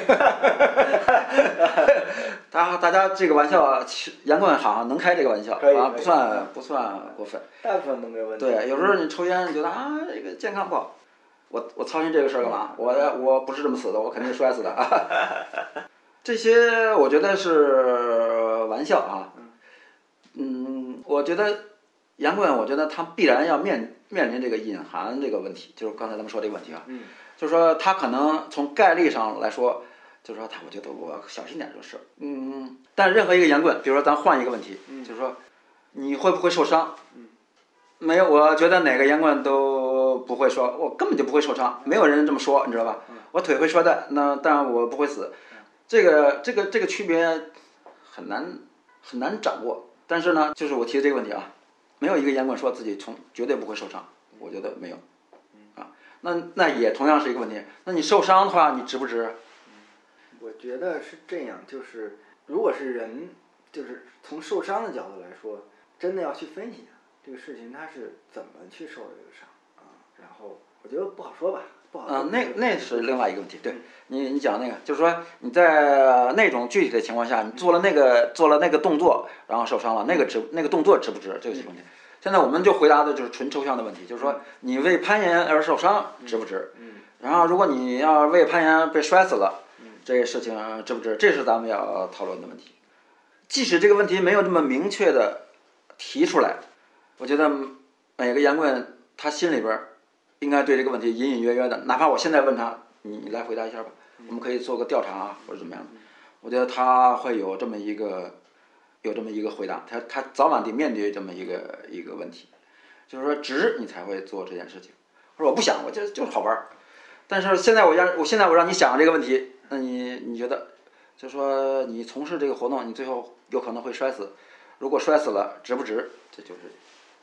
大家这个玩笑，严冠好像能开这个玩笑啊，不算过分。
大部分都没有问题。
对，有时候你抽烟，你觉得这个健康不好，我操心这个事儿干嘛？我不是这么死的，我肯定是摔死的。这些我觉得是玩笑啊。我觉得严冠，我觉得他必然要面临这个隐含这个问题，就是刚才咱们说这个问题啊。就是说他可能从概率上来说，就是说我觉得我小心点这个事儿。但任何一个严冠，比如说咱换一个问题，就是说你会不会受伤？没有，我觉得哪个严冠都不会说，我根本就不会受伤，没有人这么说，你知道吧？我腿会摔断，但我不会死。这个区别很难掌握。但是呢，就是我提的这个问题啊，没有一个严冠说自己绝对不会受伤，我觉得没有。那也同样是一个问题。那你受伤的话，你值不值？
我觉得是这样，就是如果是人，就是从受伤的角度来说，真的要去分析这个事情他是怎么去受这个伤啊。然后我觉得不好说吧，不好说。
那是另外一个问题。对，你讲那个，就是说你在那种具体的情况下，你做了那个动作，然后受伤了，那个动作值不值？这个问题。现在我们就回答的就是纯抽象的问题，就是说你为攀岩而受伤值不值？然后如果你要为攀岩被摔死了，这个事情值不值？这是咱们要讨论的问题。即使这个问题没有这么明确的提出来，我觉得每个严冠他心里边应该对这个问题隐隐约约的，哪怕我现在问他，你来回答一下吧，我们可以做个调查啊，或者怎么样的，我觉得他会有这么一个回答，他早晚得面对这么一个问题，就是说值你才会做这件事情，或者我不想，我就是好玩。但是现在我让你想这个问题，那你觉得，就是说你从事这个活动，你最后有可能会摔死，如果摔死了值不值？这就是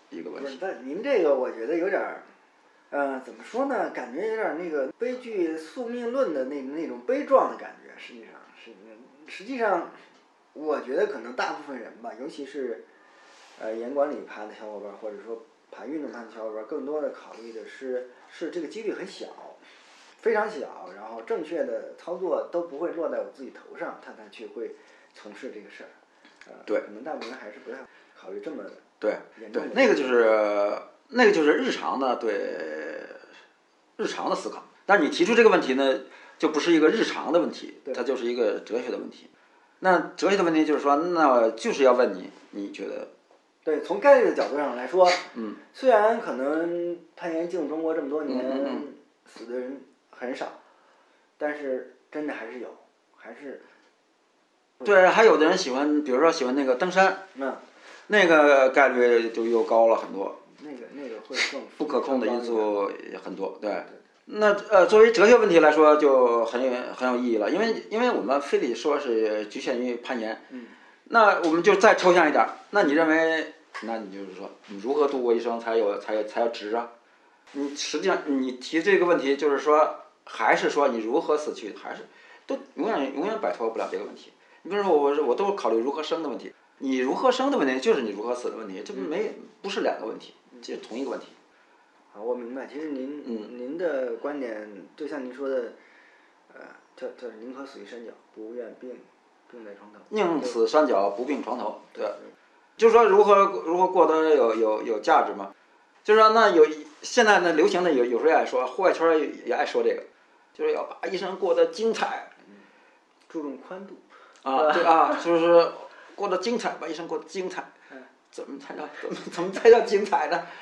一个问题。
但您这个我觉得有点儿，怎么说呢？感觉有点那个悲剧宿命论的那种悲壮的感觉。实际上，我觉得可能大部分人吧，尤其是严管理盘的小伙伴，或者说盘运动盘的小伙伴，更多的考虑的是这个几率很小，非常小，然后正确的操作都不会落在我自己头上，他才去会从事这个事儿。
对，
可能大部分人还是不太考虑这么
对
严重的。
那个就是日常的日常的思考。但是你提出这个问题呢，就不是一个日常的问题，它就是一个哲学的问题。那哲学的问题就是说，那就是要问你觉得？
对，从概率的角度上来说，虽然可能攀岩进入中国这么多年，死的人很少，但是真的还是有，还是。
对，还有的人喜欢，比如说喜欢那个登山，那个概率就又高了很多。
那个会更
不可控的因素也很多，对。那作为哲学问题来说，就很有意义了，因为我们非得说是局限于攀岩，那我们就再抽象一点，那你认为，那你就是说，你如何度过一生才要值啊？你实际上你提这个问题，就是说，还是说你如何死去，还是都永远摆脱不了这个问题。你比如说我都考虑如何生的问题，你如何生的问题就是你如何死的问题，这不是两个问题，这是同一个问题。
我明白，其实您的观点就像您说的，叫宁可死于山脚，不愿病在床头。
宁死山脚，不病床头。对，就是说如何过得有价值嘛？就是说现在呢流行的有时候也爱说，户外圈也爱说这个，就是要把一生过得精彩，
注重宽度。
对啊，就是过得精彩，把一生过得精彩。怎么才叫精彩呢？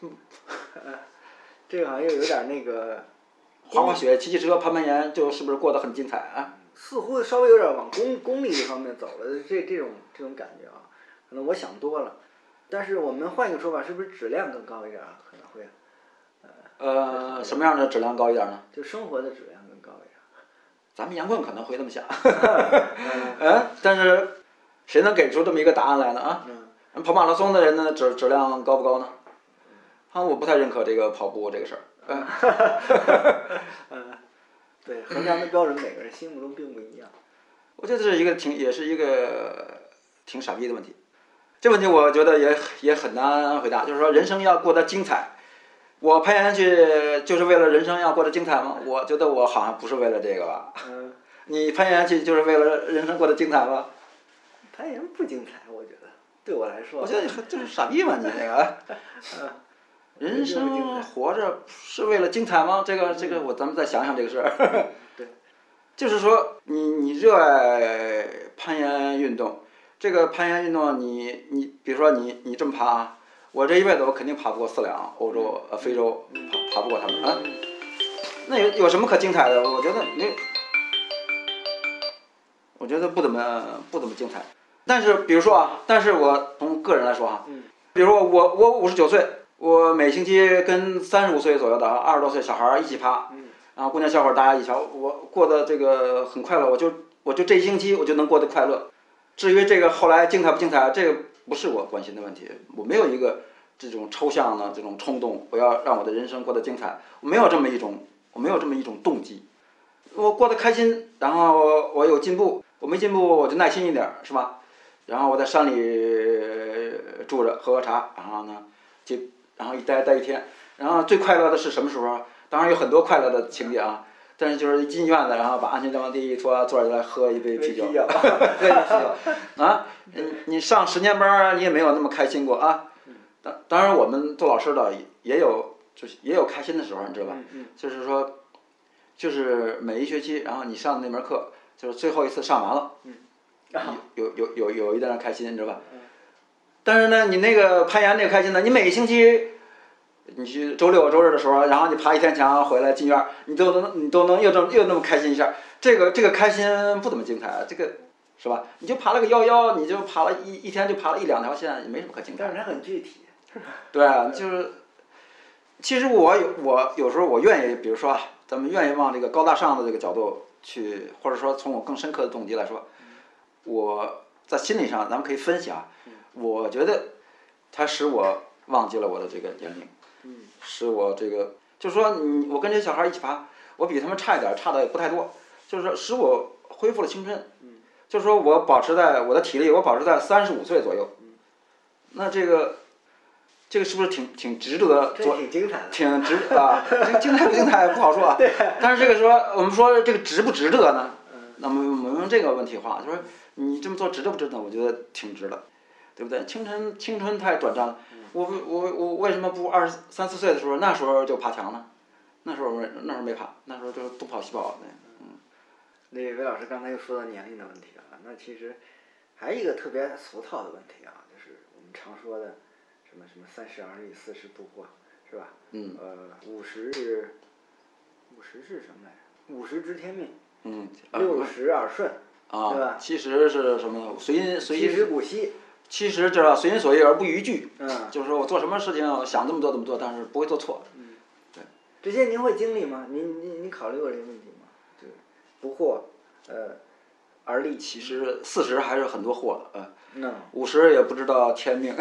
这个好像又有点那个，
滑雪、骑车、攀岩，就是不是过得很精彩啊？
似乎稍微有点往功利这方面走了，这种感觉啊，可能我想多了。但是我们换一个说法，是不是质量更高一点啊？可能会。
什么样的质量高一点呢？
就生活的质量更高一点。
咱们杨棍可能会这么想，但是谁能给出这么一个答案来呢？啊？跑马拉松的人呢，质量高不高呢？我不太认可这个跑步这个事儿。
对，衡量的标准每个人心目中并不一样。
我觉得这是也是一个挺傻逼的问题。这问题我觉得也很难回答，就是说人生要过得精彩，我攀岩去就是为了人生要过得精彩吗？我觉得我好像不是为了这个吧。你攀岩去就是为了人生过得精彩吗？
攀岩不精彩，我觉得对我来说。
我觉得就是傻逼嘛，你这个。人生活着是为了精彩吗？这个咱们再想想这个事儿。
对，
就是说你热爱攀岩运动，这个攀岩运动你比如说你这么爬，我这一辈子我肯定爬不过4两欧洲非洲，爬不过他们啊。那有什么可精彩的？我觉得不怎么精彩。但是比如说但是我从个人来说比如说我59岁。我每星期跟35岁左右的20多岁小孩一起爬，然后姑娘小伙大家一起爬，我过得这个很快乐，我就这一星期我就能过得快乐。至于这个后来精彩不精彩，这个不是我关心的问题，我没有一个这种抽象的这种冲动，我要让我的人生过得精彩，我没有这么一种动机。我过得开心，然后我有进步，我没进步我就耐心一点，是吧？然后我在山里住着喝茶，然后一待一天，然后最快乐的是什么时候？当然有很多快乐的情节啊，但是就是一进院子，然后把安全带往地一拖，坐下来喝一杯啤酒，喝一杯啤酒啊！你上10年班，你也没有那么开心过啊。当然我们做老师的也有开心的时候，你知道吧？就是说，就是每一学期，然后你上的那门课，就是最后一次上完了，有一点开心，你知道吧？但是呢，你那个攀岩那个开心呢，你每个星期，你去周六周日的时候，然后你爬1天墙回来进院，你都能又那么开心一下，这个开心不怎么精彩，这个是吧？你就爬了个111，你就爬了一天就爬了1、2条线，也没什么可精彩。
但是它很具体。
对，就是其实我有时候我愿意，比如说咱们愿意往这个高大上的这个角度去，或者说从我更深刻的动机来说，我在心理上咱们可以分析我觉得它使我
忘记了我的这个年龄，使我这个就是说我跟这些小孩一起爬，我比他们差一点，差的也不太多，就是说使我恢复了青春，就是说我保持在我的体力，我保持在35岁左右，那这个是不是挺值得做？
挺精彩的。
挺值啊，精彩不精彩不好说。
对。
但是这个说我们说这个值不值得呢？那么我们用这个问题话，就说你这么做值得不值得？我觉得挺值的，对不对？青春太短暂了。我为什么不23、24岁的时候那时候就爬墙呢？那时候没爬，那时候就是东跑西跑的。
那魏老师刚才又说到年龄的问题了，那其实还有一个特别俗套的问题啊，就是我们常说的什么30而立，40不惑，是吧？50是什么来着？50知天命。60耳顺。对吧
？70是什么？
70古稀。
70就是随心所欲而不逾矩。就是说我做什么事情想这么做，但是不会做错。对。
这些您会经历吗？您考虑过这个问题吗？对，不惑，而立。
其实40还是很多惑的，50也不知道天命。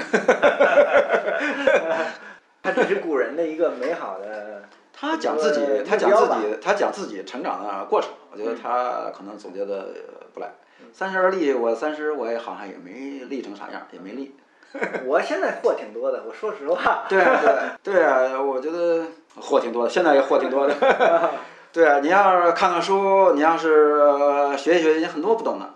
他只是古人的一个美好的。
他讲自己成长的过程，我觉得他可能总结的不赖。30而立，我30我也好像也没立成啥样，也没立。
我现在货挺多的，我说实话。
对啊，我觉得货挺多的，现在也货挺多的。对啊，你要是看看书，你要是学一学，很多不懂的。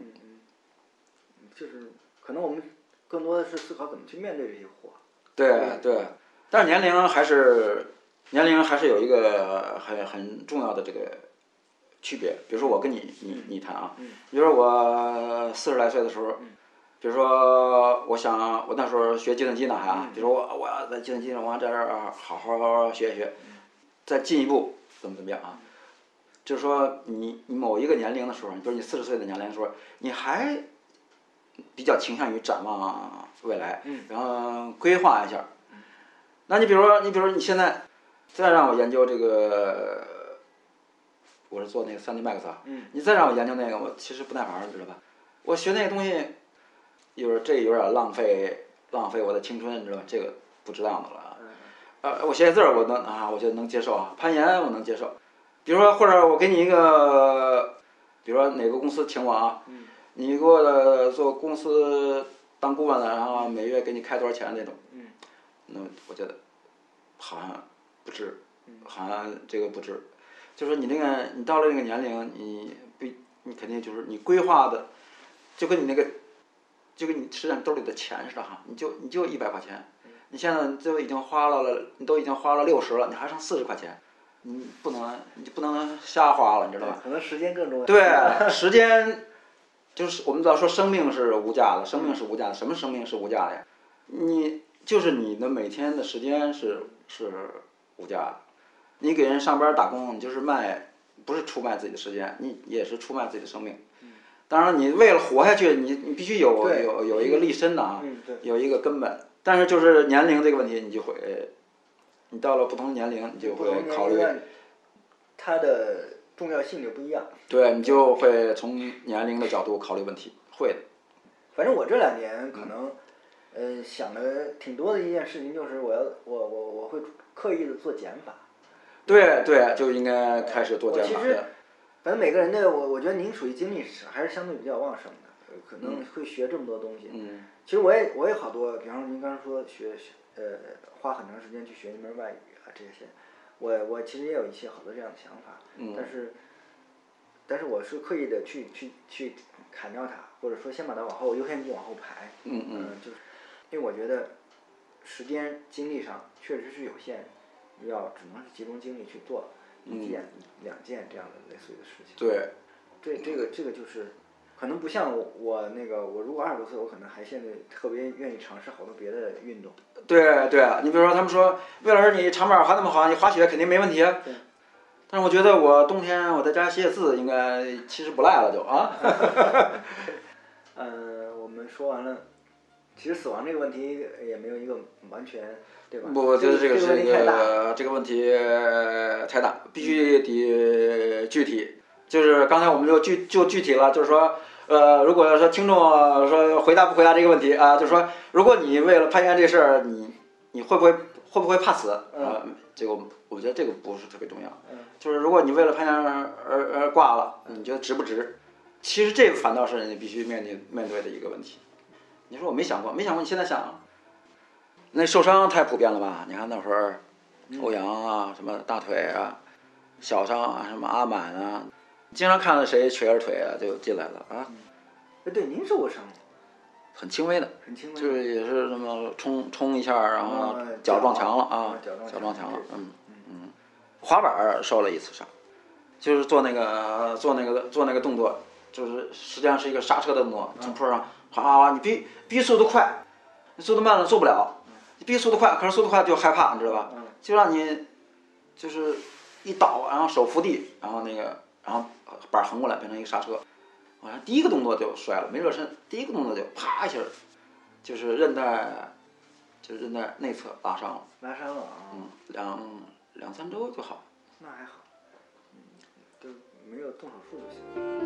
就是可能我们更多的是思考怎么去面对这些货。
对，但是年龄还是有一个很重要的这个区别。比如说我跟你谈啊，比如说我40来岁的时候，比如说我那时候学计算机呢还，比如说我要在计算机上我在这儿好好学一学，再进一步怎么样啊？就是说你某一个年龄的时候，比如你40岁的年龄的时候，你还比较倾向于展望未来，然后规划一下。那你比如说你现在再让我研究这个，我是做那个3D Max 啊，你再让我研究那个，我其实不耐烦，知道吧？我学那个东西，有点浪费我的青春，你知道吧？这个不值当的了。我写字我觉得能接受啊，攀岩我能接受。比如说或者我给你一个，比如说哪个公司请我啊，你给我做公司当顾问了，然后每月给你开多少钱那种，那我觉得好像不值，好像这个不值。就是你到了那个年龄，你肯定就是你规划的，就跟你实际上兜里的钱似的哈，你就100块钱，你现在你都已经花了60了，你还剩40块钱，你就不能瞎花了，你知道吧？
可能时间更重要。
对，时间就是我们早说生命是无价的，什么生命是无价的呀？就是你的每天的时间是无价的。你给人上班打工，你就是不是出卖自己的时间，你也是出卖自己的生命。当然，你为了活下去，你必须有一个立身的啊，有一个根本。但是就是年龄这个问题，你到了不同年龄，你就会考虑，
它的重要性就不一样。
对，你就会从年龄的角度考虑问题，会的。
反正我这2年可能，想的挺多的一件事情就是我会刻意的做减法。
对，就应该开始做减法。
反正每个人的我觉得您属于精力还是相对比较旺盛的，可能会学这么多东西。其实我也好多，比方说您刚才说花很长时间去学一门外语啊这些，我其实也有一些好多这样的想法，但是我是刻意的去砍掉它，或者说先把它优先级往后排。就是因为我觉得时间精力上确实是有限，只能是集中精力去做1件2件这样的类似的事情。
对，
这个就是可能不像我如果20多岁，我可能还现在特别愿意尝试好多别的运动。
对，你比如说他们说魏老师你长板滑那么好，你滑雪肯定没问题。但是我觉得我冬天我在家写字应该其实不赖了就啊。
我们说完了，其实死亡这个问题也没有一个完全。
我觉得这个是这个问题太大，必须得具体。就是刚才我们就具体了，就是说，如果说听众说回答不回答这个问题啊，就是说，如果你为了攀岩这事儿， 你会不会怕死啊？这个我觉得这个不是特别重要。就是如果你为了攀岩而挂了，你觉得值不值？其实这个反倒是你必须面对的一个问题。你说我没想过，你现在想，那受伤太普遍了吧？你看那会儿，欧阳啊，什么大腿啊，小伤啊，什么阿满啊，经常看到谁瘸着腿啊就进来了啊。
对，您受过伤吗？
很轻微的，就是也是那么冲一下，然后脚撞墙了啊，脚撞墙了，滑板受了一次伤，就是做那个动作，就是实际上是一个刹车的动作，从坡上你必须速度快，你速度慢了做不了，你必须速度快，可是速度快就害怕，你知道吧？就让你就是一倒，然后手扶地，然后板横过来变成一个刹车。好像第一个动作就摔了，没热身，第一个动作就啪一下，就是韧带内侧拉伤了。
拉伤了啊。
两三周就好。
那还好，就没有动手术就行。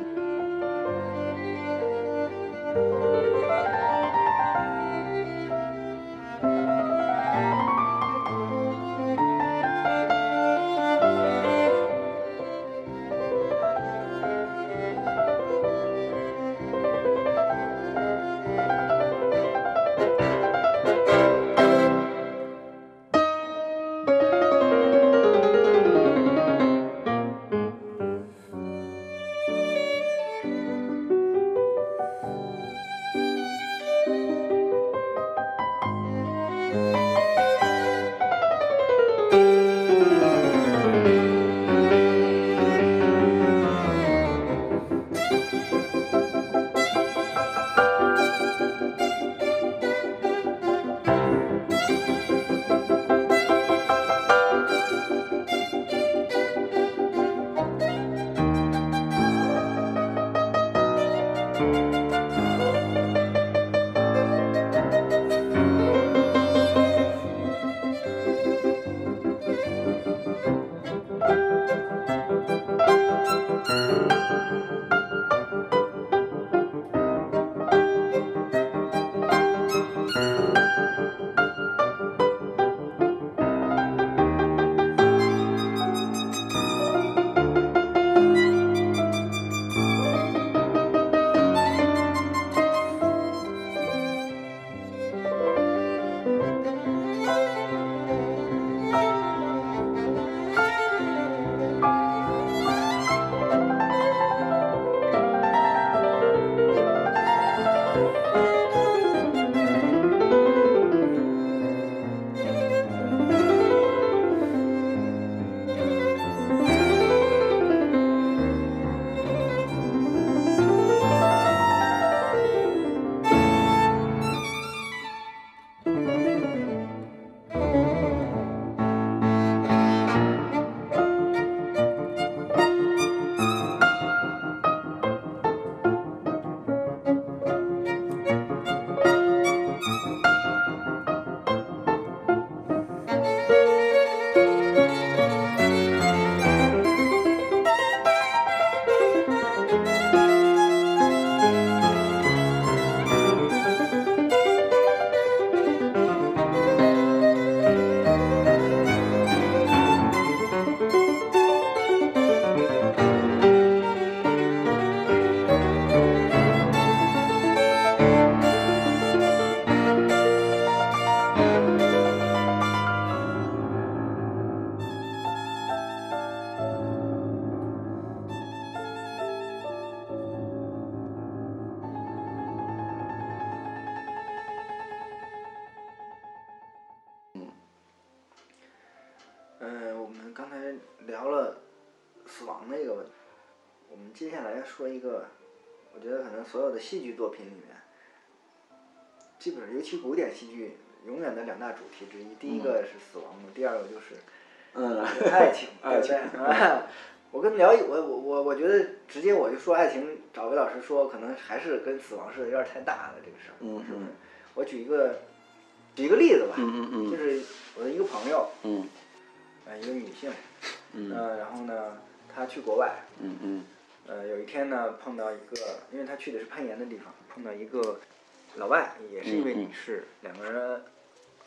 我们刚才聊了死亡的一个问题，我们接下来说一个，我觉得可能所有的戏剧作品里面，基本上尤其古典戏剧永远的两大主题之一，第一个是死亡嘛，第二个就是爱情，对不对？我跟聊我觉得直接我就说爱情，找魏老师说可能还是跟死亡是有点太大了这个事儿，是不是？我举一个例子吧，就是我的一个朋友，一个女性，然后呢，她去国外，有一天呢碰到一个，因为她去的是攀岩的地方，碰到一个老外，也是一位女士，两个人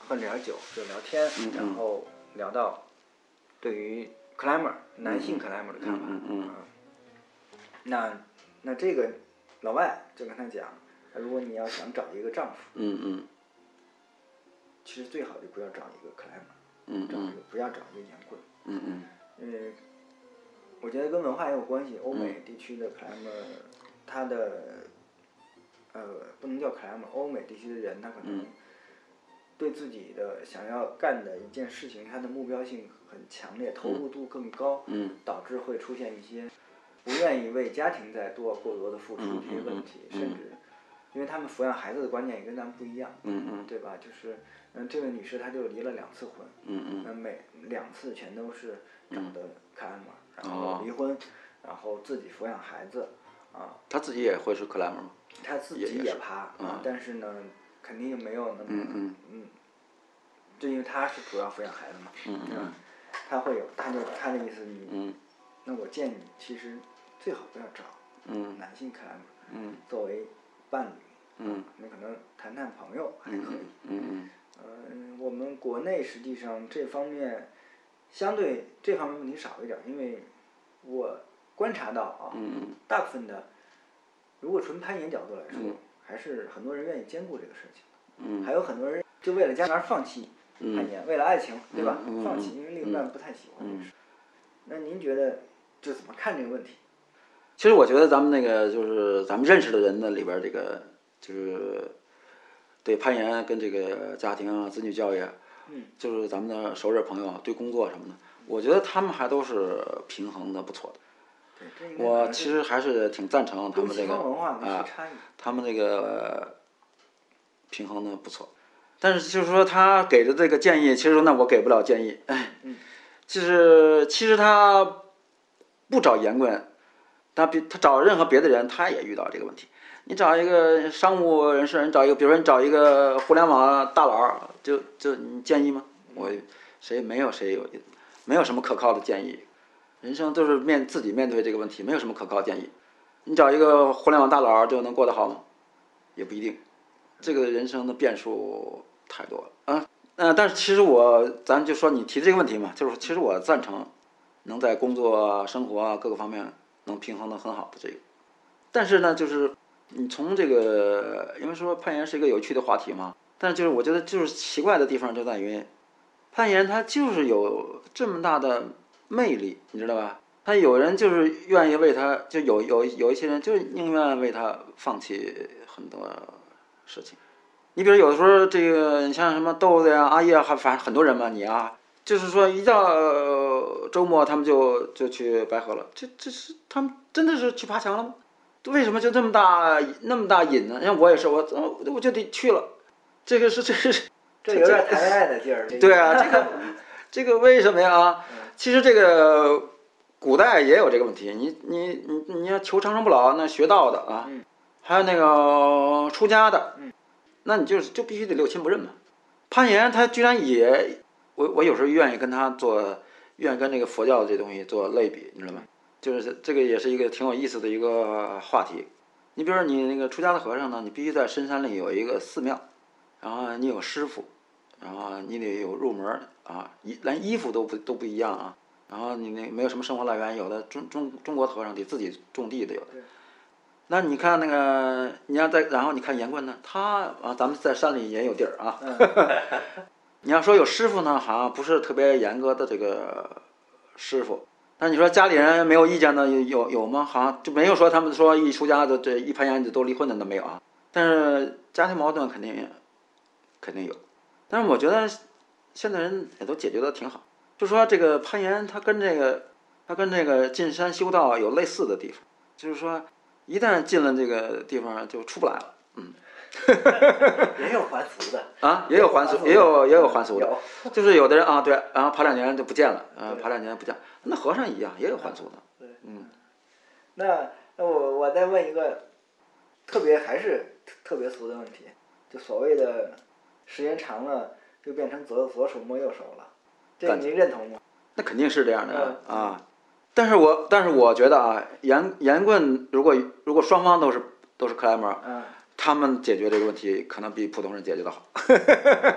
喝了点酒就聊天，然后聊到对于 climber 男性 climber 的看法。那这个老外就跟他讲，如果你要想找一个丈夫，其实最好就不要找一个 climber，不要找一个烟棍。我觉得跟文化也有关系。欧美地区的 climber，他的不能叫 climber， 欧美地区的人他可能对自己的想要干的一件事情，他的目标性很强烈，投入度更高，导致会出现一些不愿意为家庭再过多的付出这些问题，甚至因为他们抚养孩子的观念也跟咱们不一样，对吧？就是这位女士她就离了2次婚，每2次全都是找的climber，然后离婚，然后自己抚养孩子，
她自己也会是climber吗？
她自己也爬，但是呢，肯定没有那么，就因为她是主要抚养孩子嘛，她会有，她的意思那我建议你其实最好不要找男性climber，作为伴侣，那可能谈谈朋友还可以，我们国内实际上这方面相对这方面问题少一点，因为我观察到大部分的如果纯攀岩角度来说，还是很多人愿意兼顾这个事情，还有很多人就为了家庭而放弃攀岩，为了爱情，对吧？放弃，因为另一半不太喜欢这个事。那您觉得就怎么看这个问题？
其实我觉得咱们那个就是咱们认识的人的里边，这个就是对攀岩跟这个家庭啊、子女教育，就是咱们的熟人朋友对工作什么的，我觉得他们还都是平衡的不错的。我其实还是挺赞成他们这个他们这个平衡的不错。但是就是说他给的这个建议，其实那我给不了建议。其实他不找严棍，他找任何别的人，他也遇到这个问题。你找一个商务人士，你找一个，比如说你找一个互联网大佬，就你建议吗？我没有什么可靠的建议。人生都是自己面对这个问题，没有什么可靠建议。你找一个互联网大佬就能过得好吗？也不一定。这个人生的变数太多了但是其实咱就说你提这个问题嘛，就是其实我赞成能在工作、生活各个方面能平衡的很好的这个。但是呢，就是你从这个，因为说攀岩是一个有趣的话题嘛，但是就是我觉得就是奇怪的地方就在于，攀岩它就是有这么大的魅力，你知道吧？他有人就是愿意为他，就有一些人就是宁愿为他放弃很多事情。你比如有的时候这个，你像什么豆子呀、阿叶，反正很多人嘛，就是说一到周末他们就去白河了，这是他们真的是去爬墙了吗？为什么就那么大瘾呢？像我也是，我就得去了。这有
点谈恋爱的劲儿。
对啊，这个为什么呀？其实这个古代也有这个问题。你要求长生不老，那学道的啊，还有那个出家的，那你就必须得六亲不认嘛。攀岩他居然也，我有时候愿意跟这个佛教这东西做类比，你知道吗？就是这个也是一个挺有意思的一个话题。你比如说你那个出家的和尚呢，你必须在深山里有一个寺庙，然后你有师傅，然后你得有入门啊，连衣服都不一样啊。然后你那没有什么生活来源，有的中国的和尚得自己种地的有的。那你看那个，然后你看严棍呢，咱们在山里也有地儿啊。你要说有师傅呢，好像不是特别严格的这个师傅。那你说家里人没有意见的有吗？好像就没有说他们说一出家的这一攀岩就都离婚的都没有啊。但是家庭矛盾肯定有。但是我觉得现在人也都解决的挺好。就说这个攀岩它跟这个进山修道有类似的地方，就是说一旦进了这个地方就出不来了。
也有还俗的
啊，也有还俗，也有还俗的，就是有的人啊，对，然后爬2年就不见了，爬2年不见，那和尚一样也有还俗的。
对，那我再问一个还是特别俗的问题，就所谓的时间长了就变成左手摸右手了，这个您认同吗？
那肯定是这样的啊，但是我觉得啊，严棍如果双方都是 climber，他们解决这个问题可能比普通人解决的好。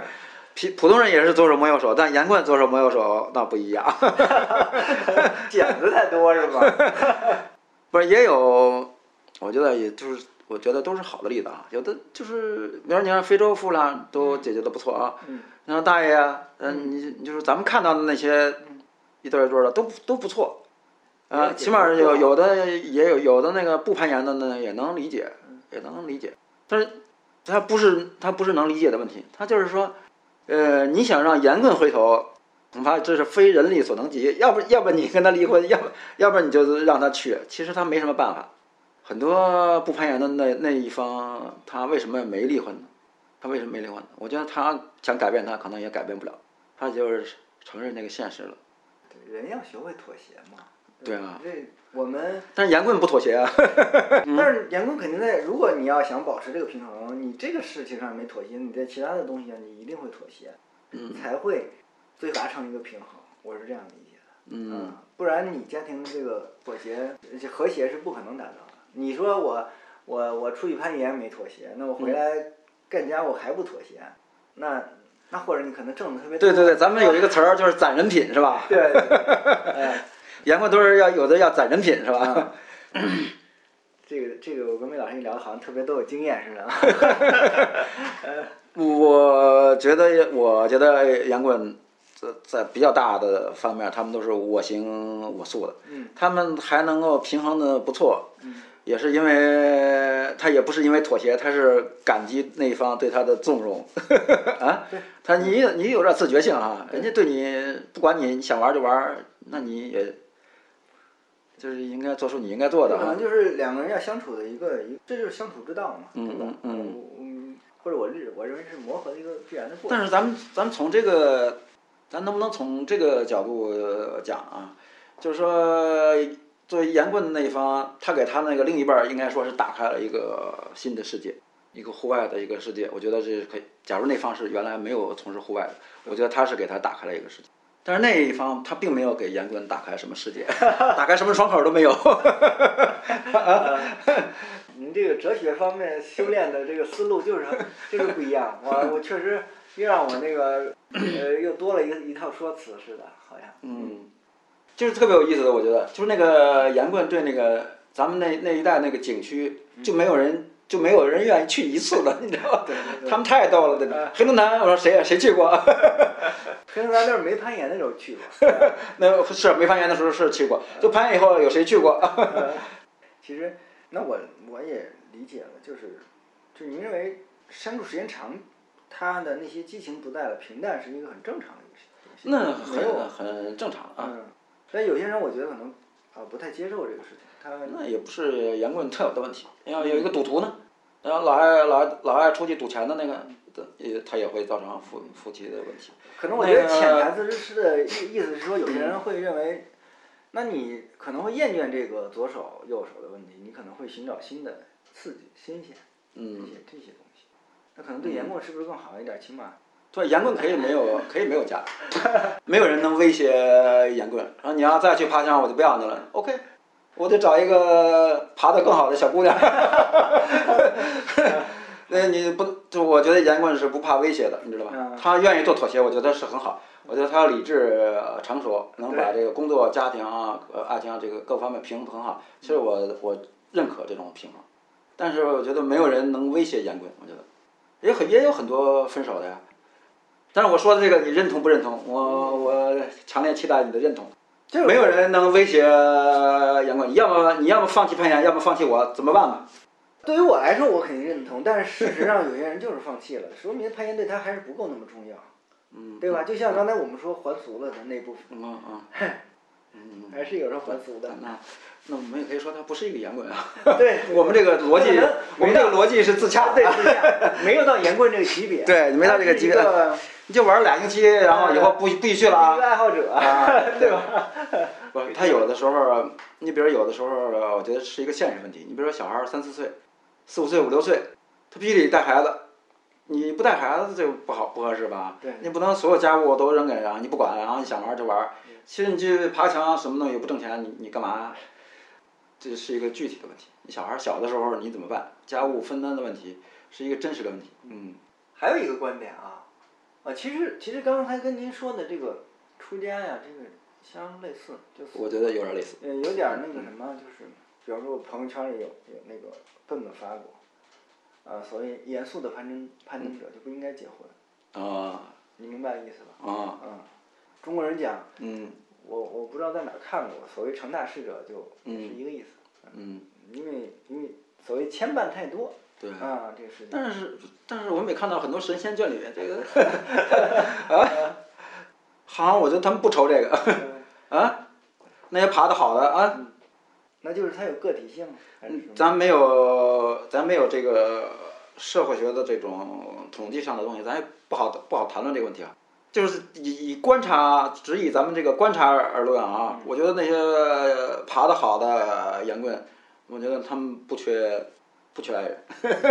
普通人也是左手摸右手，但严棍左手摸右手那不一样。
茧子太多是吧？
不是也有，我觉得也就是我觉得都是好的例子啊。有的就是比如说你看非洲富人都解决的不错啊，你说大爷啊，你就是咱们看到的那些一对一对的都不错。起码有的也有的那个不攀岩的呢也能理解，但是他不是能理解的问题，他就是说，你想让严棍回头，恐怕这是非人力所能及，要不你跟他离婚，要不然你就让他去，其实他没什么办法。很多不攀岩的那一方，他为什么没离婚呢？他为什么没离婚呢？我觉得他想改变他可能也改变不了，他就是承认那个现实了。
对，人要学会妥协嘛。
对啊，
我们
但是严棍不妥协啊。
但是严棍肯定在，如果你要想保持这个平衡，你这个事情上没妥协，你在其他的东西上你一定会妥协，才会最后达成一个平衡。我是这样理解的。不然你家庭这个妥协和谐是不可能达到的。你说我出去攀岩没妥协，那我回来干家我还不妥协，那或者你可能挣的特别多。
对，咱们有一个词儿就是攒人品是吧？
对。
严棍都是有的要攒人品是吧？
这个我跟魏老师一聊，好像特别都有经验似的。
我觉得严棍在比较大的方面，他们都是我行我素的。他们还能够平衡的不错。也是因为他也不是因为妥协，他是感激那一方对他的纵容。啊，你有点自觉性啊，人家对你不管你想玩就玩，那你也。就是应该做出你应该做的，
可能就是两个人要相处的这就是相处之道嘛，对吧？或者我认为是磨合的一个必然的过程。
但是咱们从这个，咱能不能从这个角度讲啊？就是说，作为严棍的那一方，他给他那个另一半应该说是打开了一个新的世界，一个户外的一个世界。我觉得这是可以。假如那方是原来没有从事户外的，我觉得他是给他打开了一个世界。但是那一方他并没有给严棍打开什么世界，打开什么窗口都没有。
您这个哲学方面修炼的这个思路就是不一样。我确实又让我那个又多了一套说辞似的，好像。
就是特别有意思的，我觉得就是那个严棍对那个咱们那一带那个景区就没有人愿意去一次的，你知道吗？他们太逗了。黑龙潭，我说谁去过？
黑龙潭那是没攀岩的时候去过。
那是没攀岩的时候是去过，就攀岩以后有谁去过？
其实，那我也理解了，就是您认为相处时间长，他的那些激情不在了，平淡是一个很正常的一个事情。
那很正常啊。
但有些人我觉得可能不太接受这个事情。
那也不是严棍特有的问题。要有一个赌徒呢，然后老爱出去赌钱的那个，他也会造成夫妻的问题。
可能我觉得潜台词的意思是说，有些人会认为，那你可能会厌倦这个左手右手的问题，你可能会寻找新的刺激、新鲜，这些东西。那可能对严棍是不是更好一点？起码。
对，严棍可以没有家，没有人能威胁严棍。然后你要再去爬墙，我就不要你了。OK， 我得找一个爬得更好的小姑娘。你不就我觉得严棍是不怕威胁的，你知道吧？他愿意做妥协，我觉得是很好。我觉得他理智成熟，能把这个工作、家庭爱情这个各方面平衡得很好。其实我认可这种平衡，但是我觉得没有人能威胁严棍。我觉得也有很多分手的呀。但是我说的这个你认同不认同？我强烈期待你的认同。没有人能威胁严棍，你要么放弃攀岩，要么放弃我，怎么办吧？
对于我来说，我肯定认同，但是事实上有些人就是放弃了，说明攀岩对他还是不够那么重要，对吧？就像刚才我们说还俗了的那部分，还是有人还俗的。
那我们也可以说他不是一个严棍啊。
对，
我们这个逻辑是自洽，
对，自洽，没有到严棍这个级别。
对，没到这个级别，你就玩2星期，然后以后不许去了啊。
一个爱好者，对吧？
不，他有的时候，你比如有的时候，我觉得是一个现实问题。你比如说小孩3、4岁、4、5岁、5、6岁，他必须得带孩子，你不带孩子就不合适吧？
对。
你不能所有家务都扔给人，你不管，然后你想玩就玩。其实你去爬墙什么东西不挣钱，你干嘛？这是一个具体的问题。你小孩小的时候你怎么办？家务分担的问题是一个真实的问题。
还有一个观点啊， 其实刚才跟您说的这个出家呀，这个相当类似，就是
我觉得有点类似。
有点那个什么，就是比方说我朋友圈里有那个笨笨发过，所谓严肃的攀登者就不应该结婚。你明白意思吧？中国人讲，我不知道在哪儿看过，所谓成大事者就是一个意思。因为所谓牵绊太多。
对。
这个事情。
但是我每看到很多神仙眷侣，这个好像我觉得他们不愁这个那些爬得好的
那就是他有个体性，还是什么？
咱没有这个社会学的这种统计上的东西，咱也不好谈论这个问题啊。就是以观察，只以咱们这个观察而论啊。我觉得那些爬得好的洋棍，我觉得他们不缺爱人，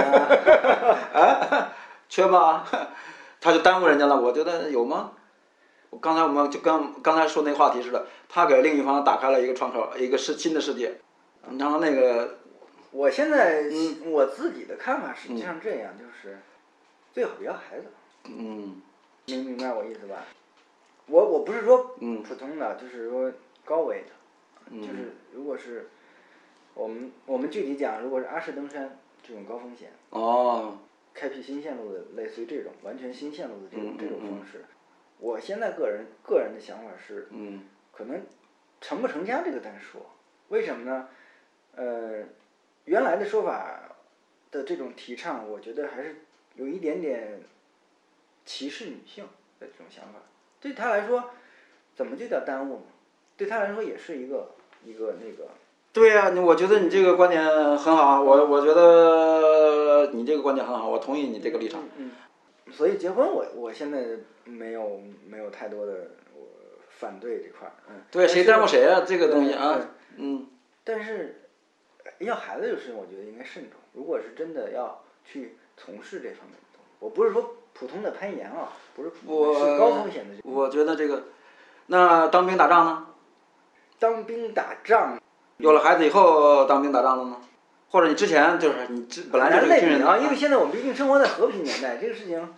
缺吗？他就耽误人家了，我觉得有吗？刚才我们就跟刚才说那话题似的，他给另一方打开了一个窗口，一个新的世界，然后那个。
我现在我自己的看法实际上这样，就是最好不要孩子。明白我意思吧？我不是说普通的，就是说高危的，就是如果是我们具体讲，如果是阿式登山这种高风险，开辟新线路的，类似于这种完全新线路的这种方式，我现在个人的想法是，可能成不成家这个单说，为什么呢？原来的说法的这种提倡，我觉得还是有一点点歧视女性的这种想法。对他来说，怎么就叫耽误呢？对他来说也是一个那个。
对呀，我觉得你这个观点很好，我觉得你这个观点很好，我同意你这个立场。
所以结婚我现在没有太多的反对这块儿。
对，谁耽误谁啊？这个东西啊。
但是。要孩子这个事情，我觉得应该慎重。如果是真的要去从事这方面的东西，我不是说普通的攀岩不是是高风险的。
我觉得这个，那当兵打仗呢？
当兵打仗，
有了孩子以后当兵打仗了呢？或者你之前就是你本来就是军人
因为现在我们毕竟生活在和平年代，这个事情，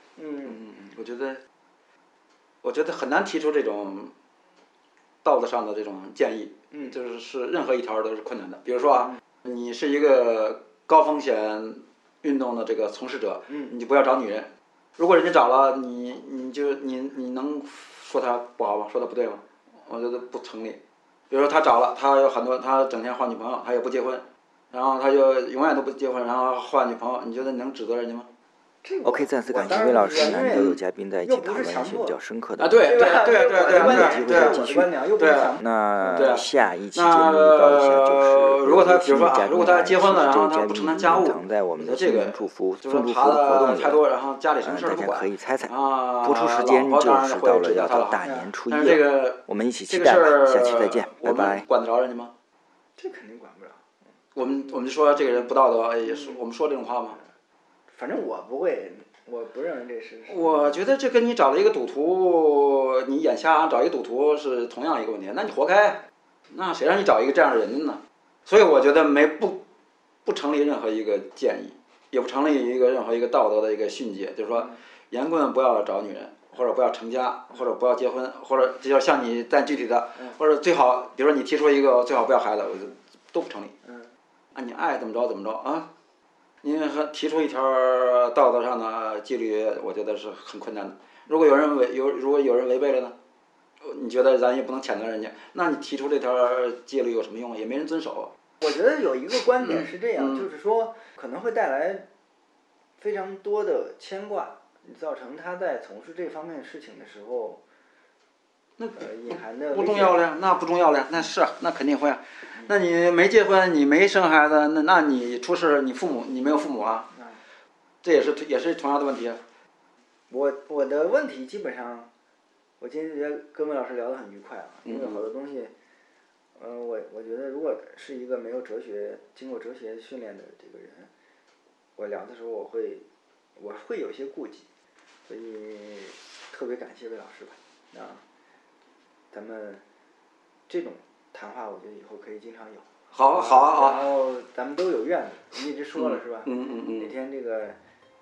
我觉得很难提出这种道德上的这种建议。就是任何一条都是困难的。比如说你是一个高风险运动的这个从事者，你就不要找女人。如果人家找了你能说他不好吗？说他不对吗？我觉得不成立。比如说他找了，他有很多，他整天换女朋友，他也不结婚，然后他就永远都不结婚，然后换女朋友，你觉得你能指责人家吗？
OK， 再次感谢魏老师，难得有嘉宾在一起讨论一些比较深刻的。
对，
有机会再继续。那下一期节目预告一下，就是
如果他比如说如果他结婚了，然后他不承担家务，
在我们的新年祝福送祝福的活动里，大家可以猜猜。播出时间就是到了要到大年初一了，我们一起期待吧。下期再见，拜拜。
管得着人家吗？
这肯定管不着。
我们就说这个人不道德，也是我们说这种话吗？
反正我不会，我不认为这是。
我觉得这跟你找了一个赌徒，你眼瞎找一个赌徒是同样一个问题，那你活该。那谁让你找一个这样的人呢？所以我觉得不成立任何一个建议，也不成立任何一个道德的一个训诫，就是说严棍不要找女人，或者不要成家，或者不要结婚，或者就像你再具体的，或者最好，比如说你提出一个最好不要孩子，我觉得都不成立。你爱怎么着怎么着啊。您提出一条道德上的纪律，我觉得是很困难的。如果有人违背了呢？你觉得咱也不能谴责人家，那你提出这条纪律有什么用？也没人遵守。
我觉得有一个观点是这样，就是说可能会带来非常多的牵挂，造成他在从事这方面事情的时候，隐含的
不重要了，那不重要了，那是那肯定会啊。那你没结婚，你没生孩子，那你出事，你没有父母啊？这也是同样的问题。
我的问题基本上，我今天觉得跟魏老师聊得很愉快因为好多东西，我觉得如果是一个没有经过哲学训练的这个人，我聊的时候我会有些顾忌，所以特别感谢魏老师吧。咱们这种谈话，我觉得以后可以经常有。
好。
然后咱们都有院子，你一直说了是吧？哪天这个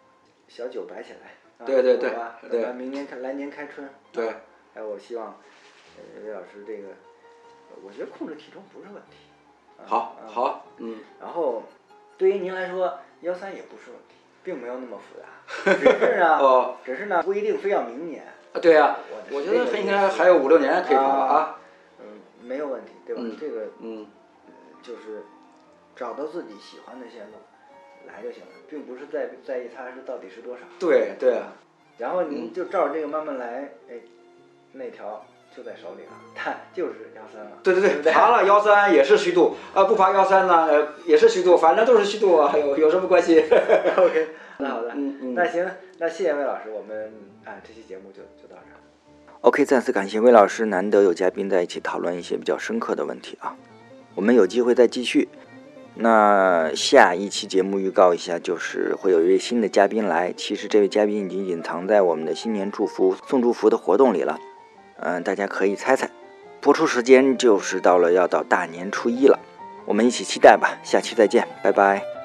小酒摆起来。
对对对，
对。等明年来年开春。
对。
还有我希望，魏老师这个，我觉得控制体重不是问题。
好，
然后，对于您来说，13也不是问题，并没有那么复杂。只是呢，不一定非要明年。
对呀，我觉得应该还有5-6年可以跑啊。
没有问题，对吧？这个就是找到自己喜欢的线路来就行了，并不是在意它到底是多少。
对对啊。
然后您就照着这个慢慢来，那条就在手里了，它就是13了。
对对对，爬了13也是虚度，不爬13呢也是虚度，反正都是虚度啊，有什么关系
？OK， 好的，那行，那谢谢魏老师，我们这期节目就到这儿。
OK， 再次感谢魏老师，难得有嘉宾在一起讨论一些比较深刻的问题啊，我们有机会再继续。那下一期节目预告一下，就是会有一位新的嘉宾来，其实这位嘉宾已经隐藏在我们的新年祝福送祝福的活动里了，大家可以猜猜，播出时间就是要到大年初1了，我们一起期待吧，下期再见，拜拜。